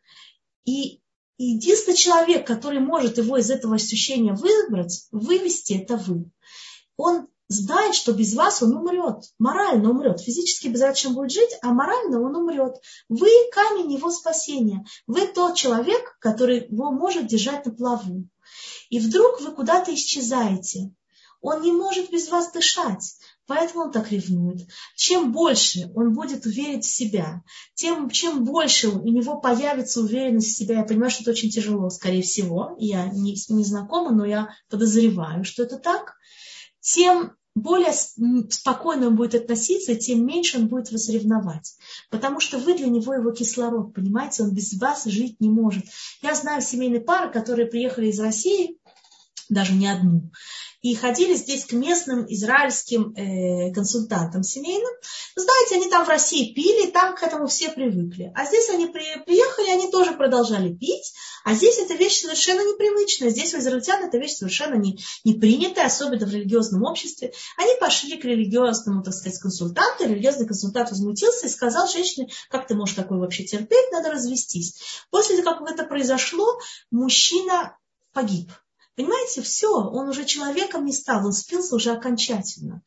И единственный человек, который может его из этого ощущения выбрать, вывести, это вы. Он знает, что без вас он умрет, морально умрет. Физически без вас он будет жить, а морально он умрет. Вы камень его спасения. Вы тот человек, который его может держать на плаву. И вдруг вы куда-то исчезаете. Он не может без вас дышать. Поэтому он так ревнует. Чем больше он будет уверен в себя, тем, чем больше у него появится уверенность в себя, я понимаю, что это очень тяжело, скорее всего, я не, не знакома, но я подозреваю, что это так, тем более спокойно он будет относиться, тем меньше он будет вас ревновать. Потому что вы для него его кислород, понимаете, он без вас жить не может. Я знаю семейные пары, которые приехали из России, даже не одну, и ходили здесь к местным израильским э, консультантам семейным. Вы знаете, они там в России пили, и там к этому все привыкли. А здесь они при, приехали, они тоже продолжали пить, А здесь эта вещь совершенно непривычная. Здесь у израильтян эта вещь совершенно не, не принятая, особенно в религиозном обществе. Они пошли к религиозному, так сказать, консультанту. Религиозный консультант возмутился и сказал женщине: как ты можешь такое вообще терпеть, надо развестись. После того, как это произошло, мужчина погиб. Понимаете, все, он уже человеком не стал, он спился уже окончательно.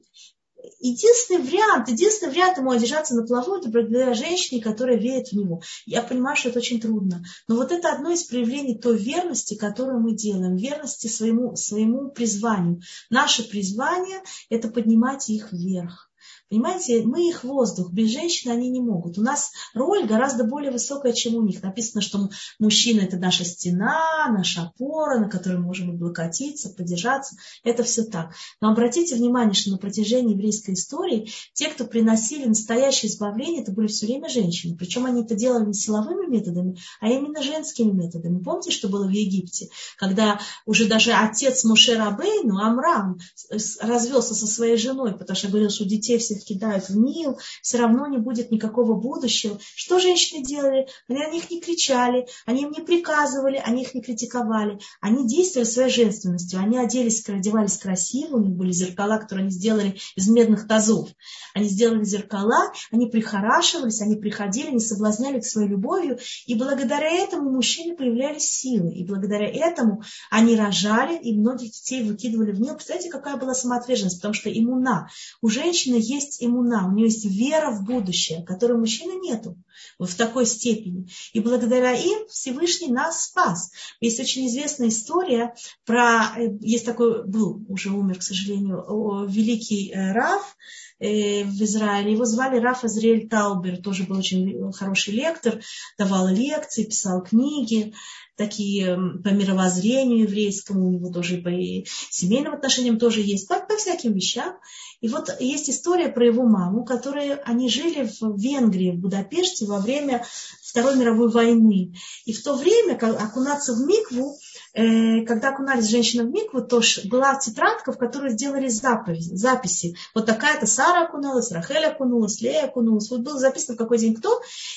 Единственный вариант, единственный вариант ему одержаться на плаву, это благодаря женщине, которая верит в него. Я понимаю, что это очень трудно. Но вот это одно из проявлений той верности, которую мы делаем. Верности своему, своему призванию. Наше призвание – это поднимать их вверх. Понимаете, мы их воздух, без женщин они не могут. У нас роль гораздо более высокая, чем у них. Написано, что мужчина – это наша стена, наша опора, на которой мы можем облокотиться, поддержаться. Это все так. Но обратите внимание, что на протяжении еврейской истории те, кто приносили настоящее избавление, это были все время женщины. Причем они это делали не силовыми методами, а именно женскими методами. Помните, что было в Египте? Когда уже даже отец Моше Рабейну, Амрам, развелся со своей женой, потому что говорил, что детей всех кидают в Нил, все равно не будет никакого будущего. Что женщины делали? Они на них не кричали, они им не приказывали, они их не критиковали. Они действовали своей женственностью. Они оделись, одевались красиво, у них были зеркала, которые они сделали из медных тазов. Они сделали зеркала, они прихорашивались, они приходили, они соблазняли их своей любовью, и благодаря этому у мужчин появлялись силы. И благодаря этому они рожали, и многих детей выкидывали в Нил. Представляете, какая была самоотверженность? Потому что иммуна. У женщины есть иммуна, у нее есть вера в будущее, которой у мужчины нету вот в такой степени. И благодаря им Всевышний нас спас. Есть очень известная история про, есть такой, был, уже умер, к сожалению, великий Рав в Израиле. Его звали Рав Азриэль Таубер, тоже был очень хороший лектор, давал лекции, писал книги, такие по мировоззрению еврейскому, у него тоже и по семейным отношениям тоже есть, по, по всяким вещам. И вот есть история про его маму, которые они жили в Венгрии, в Будапеште во время Второй мировой войны. И в то время, как окунаться в микву, э, когда окунались женщины в микву, то была тетрадка, в которой сделали записи. записи. Вот такая-то Сара окуналась, Рахель окунулась, Лея окунулась. Вот было записано, в какой день кто.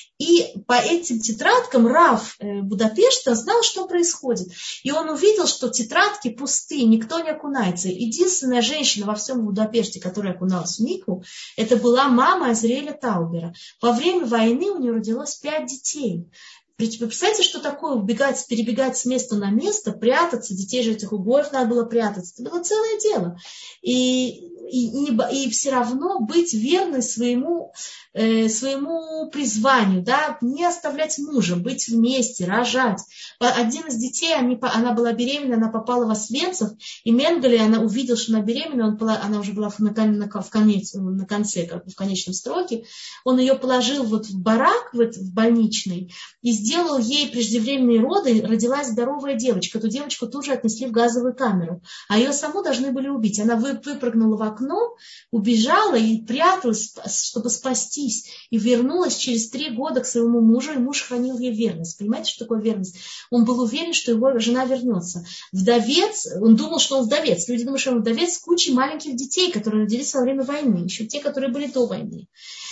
И по этим тетрадкам Рав Будапешта знал, что происходит. И он увидел, что тетрадки пусты, никто не окунается. Единственная женщина во всем Будапеште, которая окуналась в микву, это была мама Азриэля Таубера. Во время войны у нее родилось пять детей. Вы представляете, что такое убегать, перебегать с места на место, прятаться, детей же этих угоев надо было прятаться. Это было целое дело. И, и, и, и все равно быть верной своему, э, своему призванию, да, не оставлять мужа, быть вместе, рожать. Один из детей, они, она была беременна, она попала в Освенцев, и Менгеле, она увидела, что она беременна, он, она уже была на, на, в конец, на конце, как бы в конечном сроке, он ее положил вот в барак, вот, в больничный, и сделал ей преждевременные роды, родилась здоровая девочка. Эту девочку тут же отнесли в газовую камеру, а ее саму должны были убить. Она выпрыгнула в окно, убежала и пряталась, чтобы спастись, и вернулась через три года к своему мужу, и муж хранил ей верность. Понимаете, что такое верность? Он был уверен, что его жена вернется. Вдовец, он думал, что он вдовец. Люди думают, что он вдовец с кучей маленьких детей, которые родились во время войны, еще те, которые были до войны.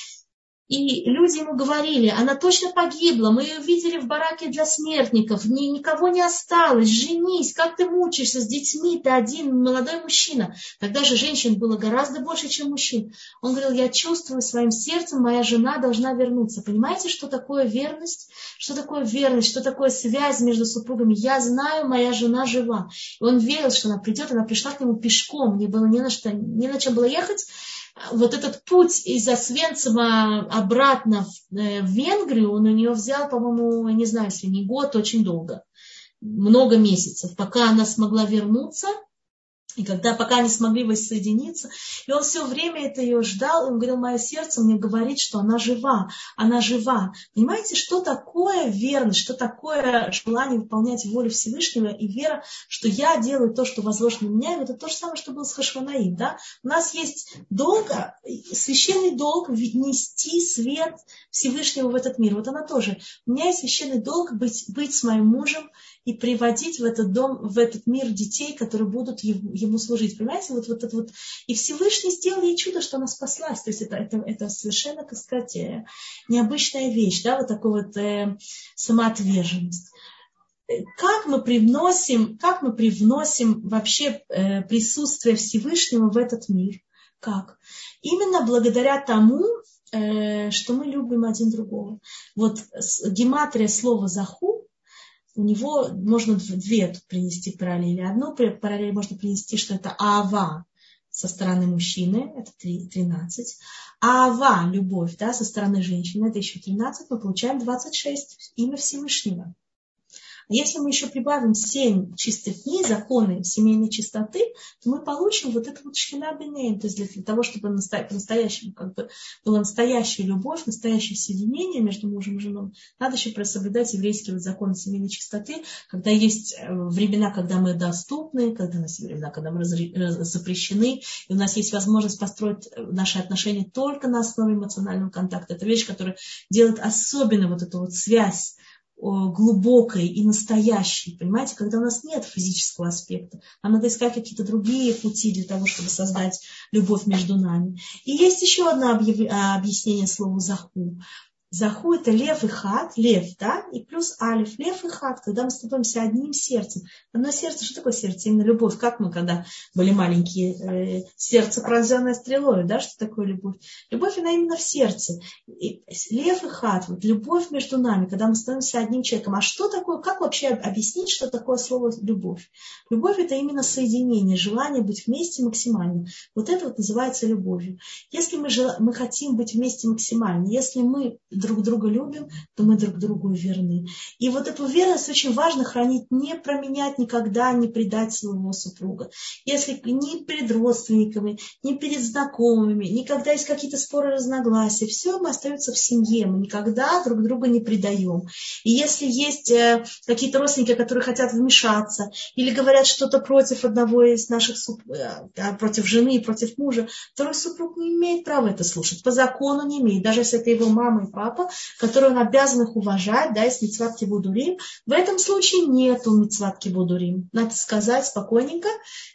И люди ему говорили: она точно погибла, мы ее видели в бараке для смертников, ни, никого не осталось, женись, как ты мучаешься с детьми, ты один молодой мужчина. Тогда же женщин было гораздо больше, чем мужчин. Он говорил: я чувствую своим сердцем, моя жена должна вернуться. Понимаете, что такое верность? Что такое верность? Что такое связь между супругами? Я знаю, моя жена жива. И он верил, что она придет, она пришла к нему пешком, не было ни на что, ни на чем было ехать. Вот этот путь из Освенцима обратно в Венгрию, он у нее взял, по-моему, я не знаю, если не год, очень долго, много месяцев, пока она смогла вернуться. И когда, пока они смогли воссоединиться, и он все время это ее ждал, он говорил: мое сердце мне говорит, что она жива, она жива. Понимаете, что такое верность, что такое желание выполнять волю Всевышнего и вера, что я делаю то, что возложено на меня, и это то же самое, что было с Хашванаим, да? У нас есть долг, священный долг нести свет Всевышнего в этот мир. Вот она тоже. У меня есть священный долг быть, быть с моим мужем и приводить в этот дом, в этот мир детей, которые будут ему служить. Понимаете, вот, вот это вот. И Всевышний сделал ей чудо, что она спаслась. То есть это, это, это совершенно, так сказать, необычная вещь, да, вот такая вот э, самоотверженность. как мы привносим, как мы привносим вообще э, присутствие Всевышнего в этот мир? Как? Именно благодаря тому, э, что мы любим один другого. Вот гематрия слова «заху», у него можно две тут принести параллели. Одну параллель можно принести, что это «аава» со стороны мужчины, это тринадцать. «Аава» – любовь, да, со стороны женщины, это еще тринадцать, мы получаем двадцать шесть, имя Всевышнего. Если мы еще прибавим семь чистых дней, законы семейной чистоты, то мы получим вот эту вот шхина бинейн. То есть для того, чтобы по-настоящему как бы была настоящая любовь, настоящее соединение между мужем и женой, надо еще соблюдать еврейские вот законы семейной чистоты, когда есть времена, когда мы доступны, когда у нас есть времена, когда мы запрещены, и у нас есть возможность построить наши отношения только на основе эмоционального контакта. Это вещь, которая делает особенно вот эту вот связь глубокой и настоящей, понимаете, когда у нас нет физического аспекта. Нам надо искать какие-то другие пути для того, чтобы создать любовь между нами. И есть еще одно объяснение слова «заху». Заху – это лев и хат, лев, да, и плюс алиф, лев и хат, когда мы становимся одним сердцем. Одно сердце, что такое сердце? Именно любовь. Как мы, когда были маленькие, э, сердце пронзенное стрелой, да, что такое любовь? Любовь, она именно в сердце. И лев и хат, вот любовь между нами, когда мы становимся одним человеком. А что такое, как вообще объяснить, что такое слово любовь? Любовь – это именно соединение, желание быть вместе максимально. Вот это вот называется любовью. Если мы, жел... мы хотим быть вместе максимально, если мы друг друга любим, то мы друг другу верны. И вот эту верность очень важно хранить, не променять никогда, не предать своего супруга. Если ни перед родственниками, ни перед знакомыми, никогда есть какие-то споры, разногласия, все мы остается в семье, мы никогда друг друга не предаем. И если есть э, какие-то родственники, которые хотят вмешаться, или говорят что-то против одного из наших супругов, э, против жены, против мужа, второй супруг не имеет права это слушать, по закону не имеет, даже если это его мама и папа, которые он обязан их уважать, да, из мицват кибудурим. В этом случае нету мицват кибудурим. Надо сказать спокойненько: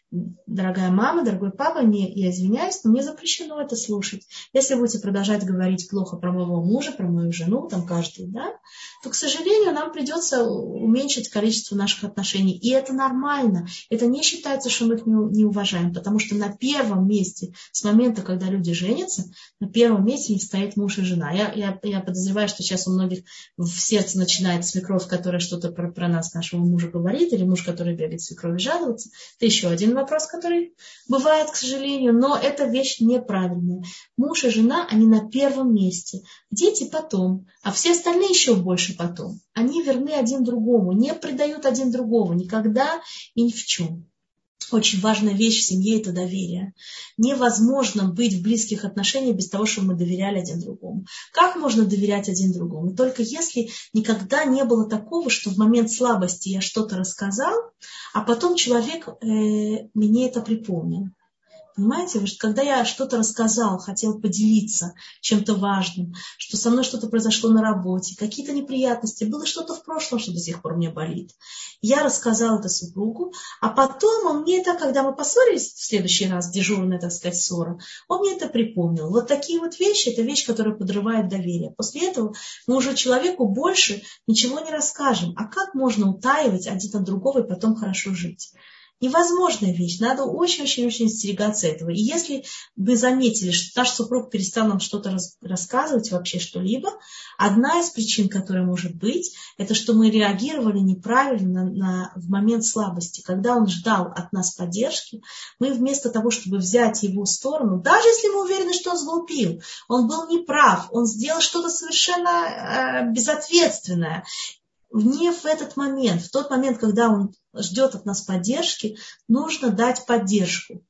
дорогая мама, дорогой папа, не, я извиняюсь, но мне запрещено это слушать. Если будете продолжать говорить плохо про моего мужа, про мою жену, там каждый, да, то, к сожалению, нам придется уменьшить количество наших отношений. И это нормально. Это не считается, что мы их не уважаем, потому что на первом месте, с момента, когда люди женятся, на первом месте не стоит муж и жена. Я, я, я подозреваю, что сейчас у многих в сердце начинает свекровь, которая что-то про, про нас, нашего мужа, говорит, или муж, который бегает свекрови жаловаться. Это еще один вопрос, который бывает, к сожалению, но эта вещь неправильная. Муж и жена, они на первом месте. Дети потом, а все остальные еще больше потом. Они верны один другому, не предают один другого никогда и ни в чем. Очень важная вещь в семье – это доверие. Невозможно быть в близких отношениях без того, чтобы мы доверяли один другому. Как можно доверять один другому? Только если никогда не было такого, что в момент слабости я что-то рассказал, а потом человек э, мне это припомнил. Понимаете, когда я что-то рассказал, хотел поделиться чем-то важным, что со мной что-то произошло на работе, какие-то неприятности, было что-то в прошлом, что до сих пор мне болит. Я рассказала это супругу, а потом он мне это, когда мы поссорились в следующий раз, дежурная, так сказать, ссора, он мне это припомнил. Вот такие вот вещи, это вещь, которая подрывает доверие. После этого мы уже человеку больше ничего не расскажем. А как можно утаивать один от другого и потом хорошо жить? Невозможная вещь. Надо очень-очень-очень остерегаться этого. И если вы заметили, что наш супруг перестал нам что-то рассказывать, вообще что-либо, одна из причин, которая может быть, это что мы реагировали неправильно на, на, в момент слабости. Когда он ждал от нас поддержки, мы вместо того, чтобы взять его сторону, даже если мы уверены, что он сглупил, он был неправ, он сделал что-то совершенно э, безответственное, не в этот момент, в тот момент, когда он ждет от нас поддержки, нужно дать поддержку.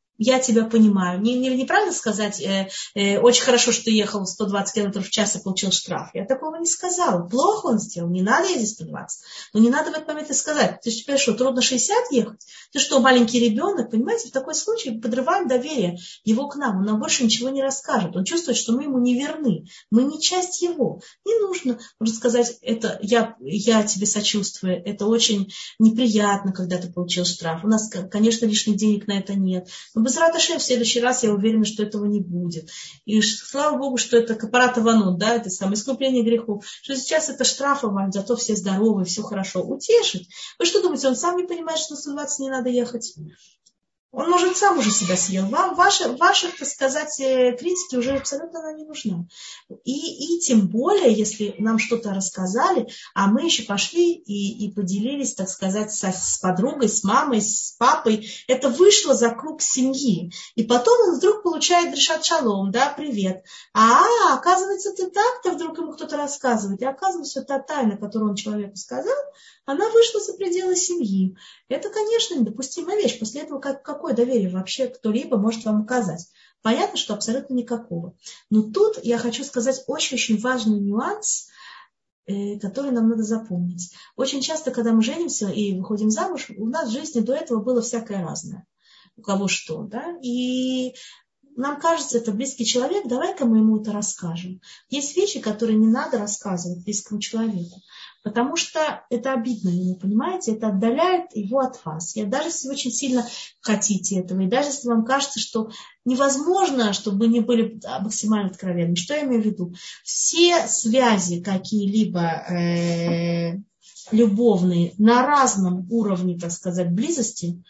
Я тебя понимаю. Не, не, неправильно сказать, э, э, очень хорошо, что ты ехал сто двадцать километров в час и получил штраф. Я такого не сказала. Плохо он сделал, не надо ездить сто двадцать. Но не надо в этот момент и сказать. Ты теперь что, трудно шестьдесят ехать? Ты что, маленький ребенок? Понимаете, в такой случай подрываем доверие его к нам. Он нам больше ничего не расскажет. Он чувствует, что мы ему не верны. Мы не часть его. Не нужно, можно сказать, это я, я тебе сочувствую. Это очень неприятно, когда ты получил штраф. У нас, конечно, лишних денег на это нет. Но Безрат Ашем, в следующий раз я уверена, что этого не будет. И слава Богу, что это капарат аванот, да, это самое искупление грехов. Что сейчас это штрафы вам, зато все здоровы, все хорошо. Утешить. Вы что думаете, он сам не понимает, что на сто двадцать не надо ехать? Он, может, сам уже себя съел. Вам ваши, ваших, так сказать, критики уже абсолютно она не нужна. И, и тем более, если нам что-то рассказали, а мы еще пошли и, и поделились, так сказать, со, с подругой, с мамой, с папой, это вышло за круг семьи. И потом он вдруг получает дрешат шалом, да, привет. А, оказывается, ты так-то вдруг ему кто-то рассказывает. И оказывается, та тайна, которую он человеку сказал, она вышла за пределы семьи. Это, конечно, недопустимая вещь. После этого как, какое доверие вообще кто-либо может вам оказать? Понятно, что абсолютно никакого. Но тут я хочу сказать очень-очень важный нюанс, э, который нам надо запомнить. Очень часто, когда мы женимся и выходим замуж, у нас в жизни до этого было всякое разное. У кого что, да? И нам кажется, это близкий человек, давай-ка мы ему это расскажем. Есть вещи, которые не надо рассказывать близкому человеку. Потому что это обидно ему, понимаете? Это отдаляет его от вас. И даже если вы очень сильно хотите этого, и даже если вам кажется, что невозможно, чтобы вы не были максимально откровенны. Что я имею в виду? Все связи какие-либо э, любовные на разном уровне, так сказать, близости,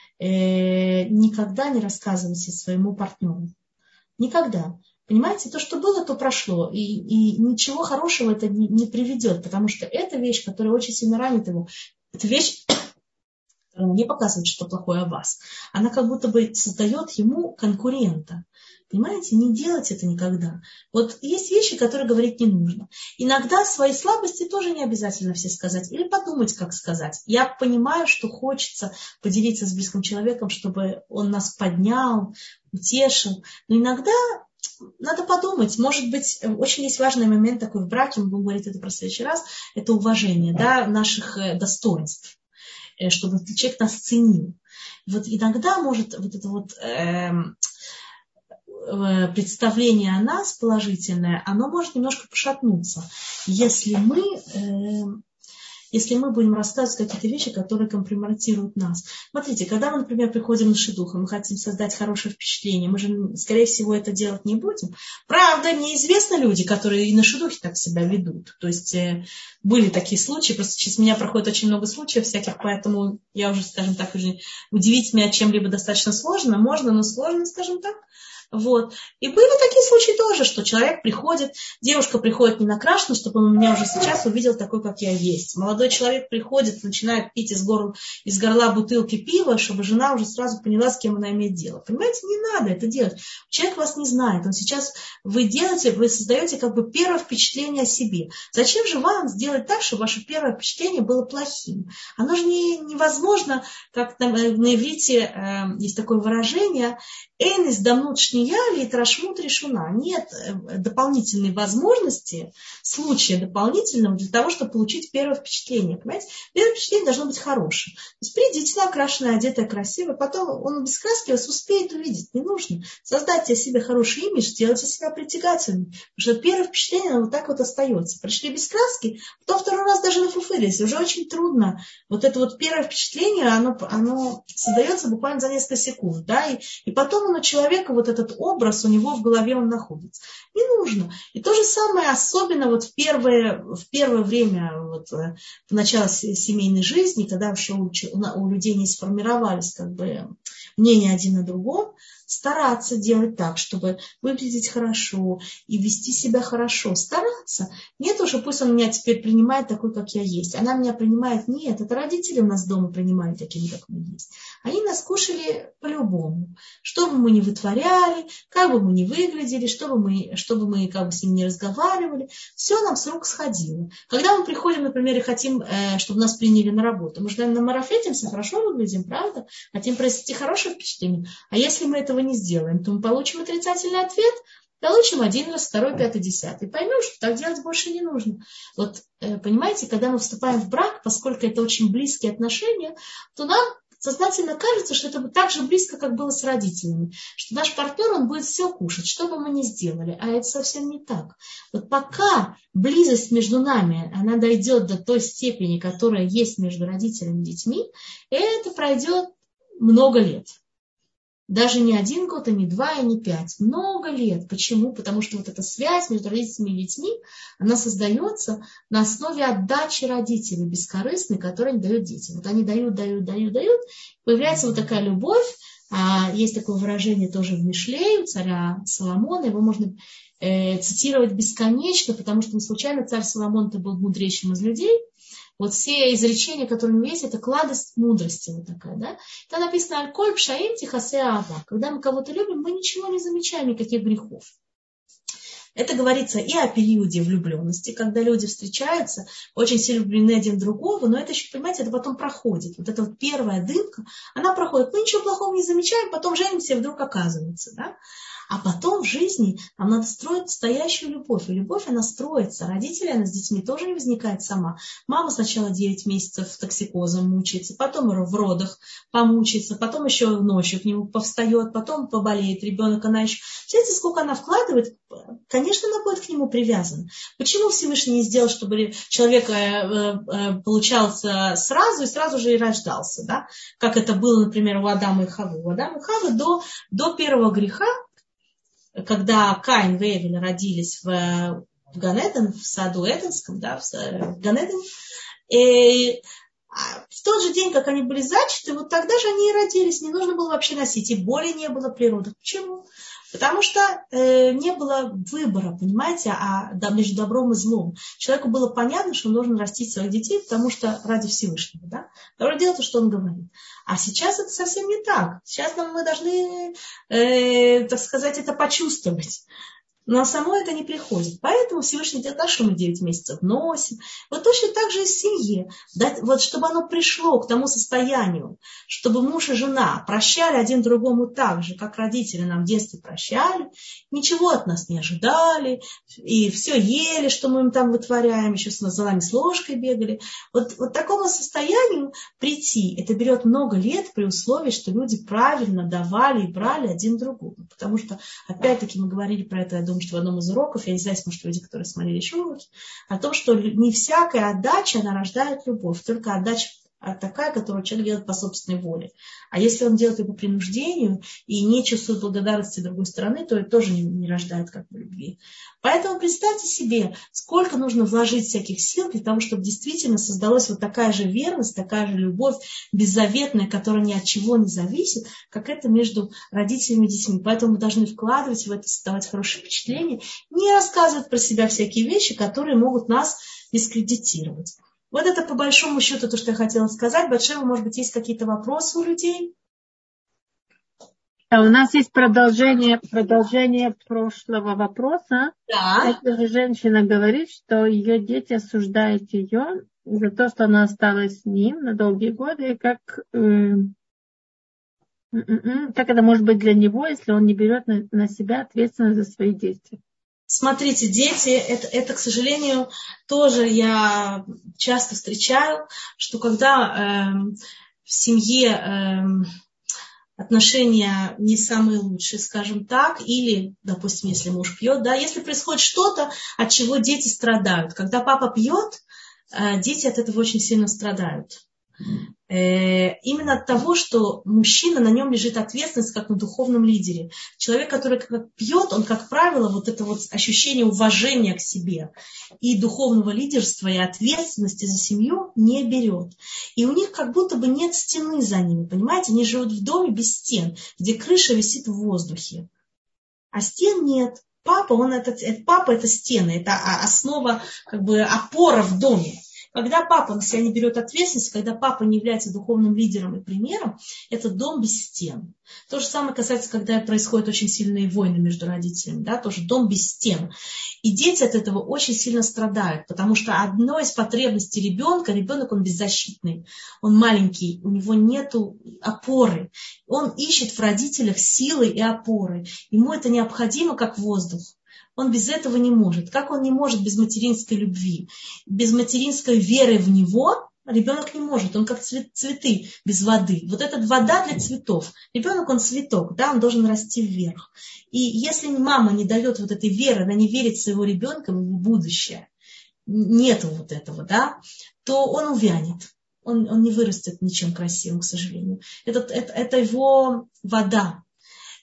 э, никогда не рассказывайте своему партнеру. Никогда. Понимаете, то, что было, то прошло. И, и ничего хорошего это не, не приведет, потому что это вещь, которая очень сильно ранит его. Это вещь, которая не показывает, что плохое о вас. Она как будто бы создает ему конкурента. Понимаете, не делать это никогда. Вот есть вещи, которые говорить не нужно. Иногда свои слабости тоже не обязательно все сказать. Или подумать, как сказать. Я понимаю, что хочется поделиться с близким человеком, чтобы он нас поднял, утешил. Но иногда надо подумать, может быть, очень есть важный момент такой в браке, мы будем говорить это про следующий раз, это уважение, да, наших достоинств, чтобы человек нас ценил. Вот иногда может вот это вот э, представление о нас положительное, оно может немножко пошатнуться, если мы... Э, если мы будем рассказывать какие-то вещи, которые компрометируют нас. Смотрите, когда мы, например, приходим на шидух, и мы хотим создать хорошее впечатление, мы же, скорее всего, это делать не будем. Правда, мне известны люди, которые и на шидухе так себя ведут. То есть э, были такие случаи, просто через меня проходит очень много случаев всяких, поэтому я уже, скажем так, уже удивить меня чем-либо достаточно сложно. Можно, но сложно, скажем так. Вот. И были такие случаи тоже, что человек приходит, девушка приходит не накрашена, чтобы он меня уже сейчас увидел такой, как я есть. Молодой человек приходит, начинает пить из, горла, из горла бутылки пива, чтобы жена уже сразу поняла, с кем она имеет дело. Понимаете, не надо это делать. Человек вас не знает. Он сейчас, вы делаете, вы создаете как бы первое впечатление о себе. Зачем же вам сделать так, чтобы ваше первое впечатление было плохим? Оно же не, невозможно, как на, на иврите э, есть такое выражение, «Эйн из дамнут шния ли трашмут решуна». Нет дополнительной возможности, случая дополнительного для того, чтобы получить первое впечатление. Понимаете? Первое впечатление должно быть хорошим. То есть придите накрашенная, одетая, красивая, потом он без краски вас успеет увидеть. Не нужно. Создайте о себе хороший имидж, сделайте себя притягательным. Потому что первое впечатление вот так вот остается. Пришли без краски, потом второй раз даже нафуфырились. Уже очень трудно. Вот это вот первое впечатление, оно, оно создается буквально за несколько секунд. Да? И, и потом у человека вот этот образ у него в голове он находится. Не нужно. И то же самое особенно вот в первое, в первое время, вот, в начало семейной жизни, когда еще у, у людей не сформировались как бы мнения один о другом, стараться делать так, чтобы выглядеть хорошо и вести себя хорошо. Стараться. Нет уже, пусть он меня теперь принимает такой, как я есть. Она меня принимает. Нет, это родители у нас дома принимали такими, как мы есть. Они нас кушали по-любому. Что бы мы ни вытворяли, как бы мы ни выглядели, что бы мы, что бы мы как бы с ним не разговаривали, все нам с рук сходило. Когда мы приходим, например, и хотим, э, чтобы нас приняли на работу, мы же, наверное, марафетимся, хорошо выглядим, правда? Хотим произвести хорошее впечатление. А если мы этого не сделаем, то мы получим отрицательный ответ, получим один раз, второй, пятый, десятый. Поймем, что так делать больше не нужно. Вот, э, понимаете, когда мы вступаем в брак, поскольку это очень близкие отношения, то нам сознательно кажется, что это так же близко, как было с родителями. Что наш партнер, он будет все кушать, что бы мы ни сделали. А это совсем не так. Вот пока близость между нами, она дойдет до той степени, которая есть между родителями и детьми, это пройдет много лет. Даже не один год, и не два, и не пять. Много лет. Почему? Потому что вот эта связь между родителями и детьми, она создается на основе отдачи родителей бескорыстной, которую они дают детям. Вот они дают, дают, дают, дают. Появляется вот такая любовь. Есть такое выражение тоже в Мишле у царя Соломона. Его можно э, цитировать бесконечно, потому что не случайно царь Соломон-то был мудрейшим из людей. Вот все изречения, которые у него есть, это кладость мудрости вот такая, да. Там написано «Аль-коль пшаим тихасе ава». Когда мы кого-то любим, мы ничего не замечаем, никаких грехов. Это говорится и о периоде влюбленности, когда люди встречаются, очень сильно влюблены один в другого, но это еще, понимаете, это потом проходит. Вот эта вот первая дымка, она проходит. Мы ничего плохого не замечаем, потом женимся, и вдруг оказывается, да. А потом в жизни нам надо строить настоящую любовь. И любовь, она строится. Родители, она с детьми тоже не возникает сама. Мама сначала девять месяцев токсикозом мучается, потом в родах помучается, потом еще ночью к нему повстает, потом поболеет ребенок, она еще... Знаете, сколько она вкладывает? Конечно, она будет к нему привязана. Почему Всевышний не сделал, чтобы человек получался сразу и сразу же и рождался? Да? Как это было, например, у Адама и Хавы. У Адама и Хавы до, до первого греха, когда Каин и Эвель родились в, в Ганеден, в саду Эденском, да, в, в Ганеден, и в тот же день, как они были зачаты, вот тогда же они и родились, не нужно было вообще носить, и боли не было природы. Почему? Потому что э, не было выбора, понимаете, а, да, между добром и злом. Человеку было понятно, что он должен растить своих детей, потому что ради Всевышнего. Да? Второе дело, то, что он говорит. А сейчас это совсем не так. Сейчас нам мы должны, э, так сказать, это почувствовать. Но само это не приходит. Поэтому Всевышний делает так, что мы девять месяцев носим. Вот точно так же и в семье. Да, вот чтобы оно пришло к тому состоянию, чтобы муж и жена прощали один другому так же, как родители нам в детстве прощали, ничего от нас не ожидали, и все ели, что мы им там вытворяем, еще с нами с ложкой бегали. Вот, вот такому состоянию прийти, это берет много лет при условии, что люди правильно давали и брали один другому. Потому что, опять-таки, мы говорили про это, я думаю, что в одном из уроков, я не знаю, может, люди, которые смотрели еще уроки, о том, что не всякая отдача, она рождает любовь, только отдача такая, которую человек делает по собственной воле. А если он делает ее по принуждению и не чувствует благодарности другой стороны, то это тоже не, не рождает как бы любви. Поэтому представьте себе, сколько нужно вложить всяких сил для того, чтобы действительно создалась вот такая же верность, такая же любовь беззаветная, которая ни от чего не зависит, как это между родителями и детьми. Поэтому мы должны вкладывать в это, создавать хорошее впечатление, не рассказывать про себя всякие вещи, которые могут нас дискредитировать. Вот это по большому счету то, что я хотела сказать. Батшева, может быть, есть какие-то вопросы у людей? А у нас есть продолжение, продолжение прошлого вопроса. Да. Эта же женщина говорит, что ее дети осуждают ее за то, что она осталась с ним на долгие годы, и как, э, как это может быть для него, если он не берет на, на себя ответственность за свои действия. Смотрите, дети, это, это, к сожалению, тоже я часто встречаю, что когда э, в семье э, отношения не самые лучшие, скажем так, или, допустим, если муж пьет, да, если происходит что-то, от чего дети страдают. Когда папа пьет, э, дети от этого очень сильно страдают. Именно от того, что мужчина, на нем лежит ответственность как на духовном лидере. Человек, который как пьет, он, как правило, вот это вот ощущение уважения к себе и духовного лидерства и ответственности за семью не берет. И у них как будто бы нет стены за ними, понимаете? Они живут в доме без стен, где крыша висит в воздухе, а стен нет. Папа, он это, это, папа это стены, это основа, как бы опора в доме. Когда папа на себя не берет ответственность, когда папа не является духовным лидером и примером, это дом без стен. То же самое касается, когда происходят очень сильные войны между родителями, да, тоже дом без стен. И дети от этого очень сильно страдают, потому что одно из потребностей ребенка, ребенок он беззащитный, он маленький, у него нет опоры. Он ищет в родителях силы и опоры. Ему это необходимо, как воздух. Он без этого не может. Как он не может без материнской любви, без материнской веры в него? Ребенок не может. Он как цветы без воды. Вот эта вода для цветов. Ребенок, он цветок, да, он должен расти вверх. И если мама не дает вот этой веры, она не верит в своего ребенка, в его будущее, нету вот этого, да, то он увянет. Он, он не вырастет ничем красивым, к сожалению. Это, это, это его вода.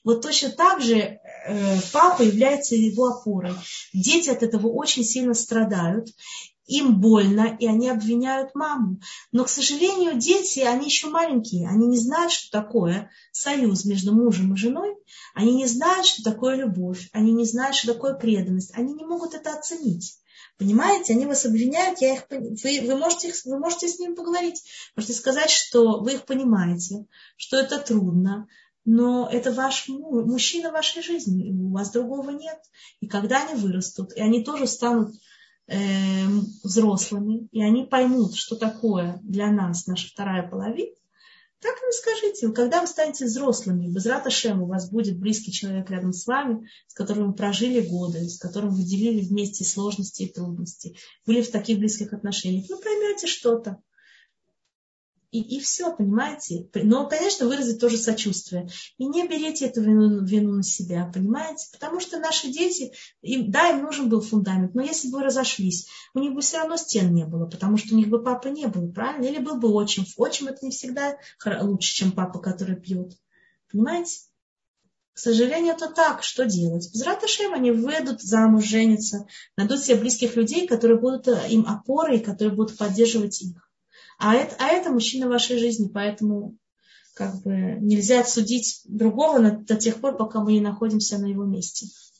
Вот точно так же э, папа является его опорой. Дети от этого очень сильно страдают. Им больно, и они обвиняют маму. Но, к сожалению, дети, они еще маленькие. Они не знают, что такое союз между мужем и женой. Они не знают, что такое любовь. Они не знают, что такое преданность. Они не могут это оценить. Понимаете, они вас обвиняют, я их, вы, вы, можете, их, вы можете с ними поговорить. Можете сказать, что вы их понимаете, что это трудно. Но это ваш мужчина в вашей жизни. У вас другого нет. И когда они вырастут, и они тоже станут взрослыми, и они поймут, что такое для нас наша вторая половина, так им скажите, когда вы станете взрослыми, Безрат Ашем, у вас будет близкий человек рядом с вами, с которым вы прожили годы, с которым вы делили вместе сложности и трудности, были в таких близких отношениях, вы поймете что-то. И, и все, понимаете? Но, конечно, выразить тоже сочувствие. И не берите эту вину, вину на себя, понимаете? Потому что наши дети, им, да, им нужен был фундамент, но если бы вы разошлись, у них бы все равно стен не было, потому что у них бы папы не было, правильно? Или был бы отчим. Отчим это не всегда лучше, чем папа, который пьет. Понимаете? К сожалению, это так. Что делать? Безрат Ашем, они выйдут замуж, женятся, найдут себе близких людей, которые будут им опорой, которые будут поддерживать их. А это, а это мужчина в вашей жизни, поэтому как бы нельзя судить другого до тех пор, пока мы не находимся на его месте.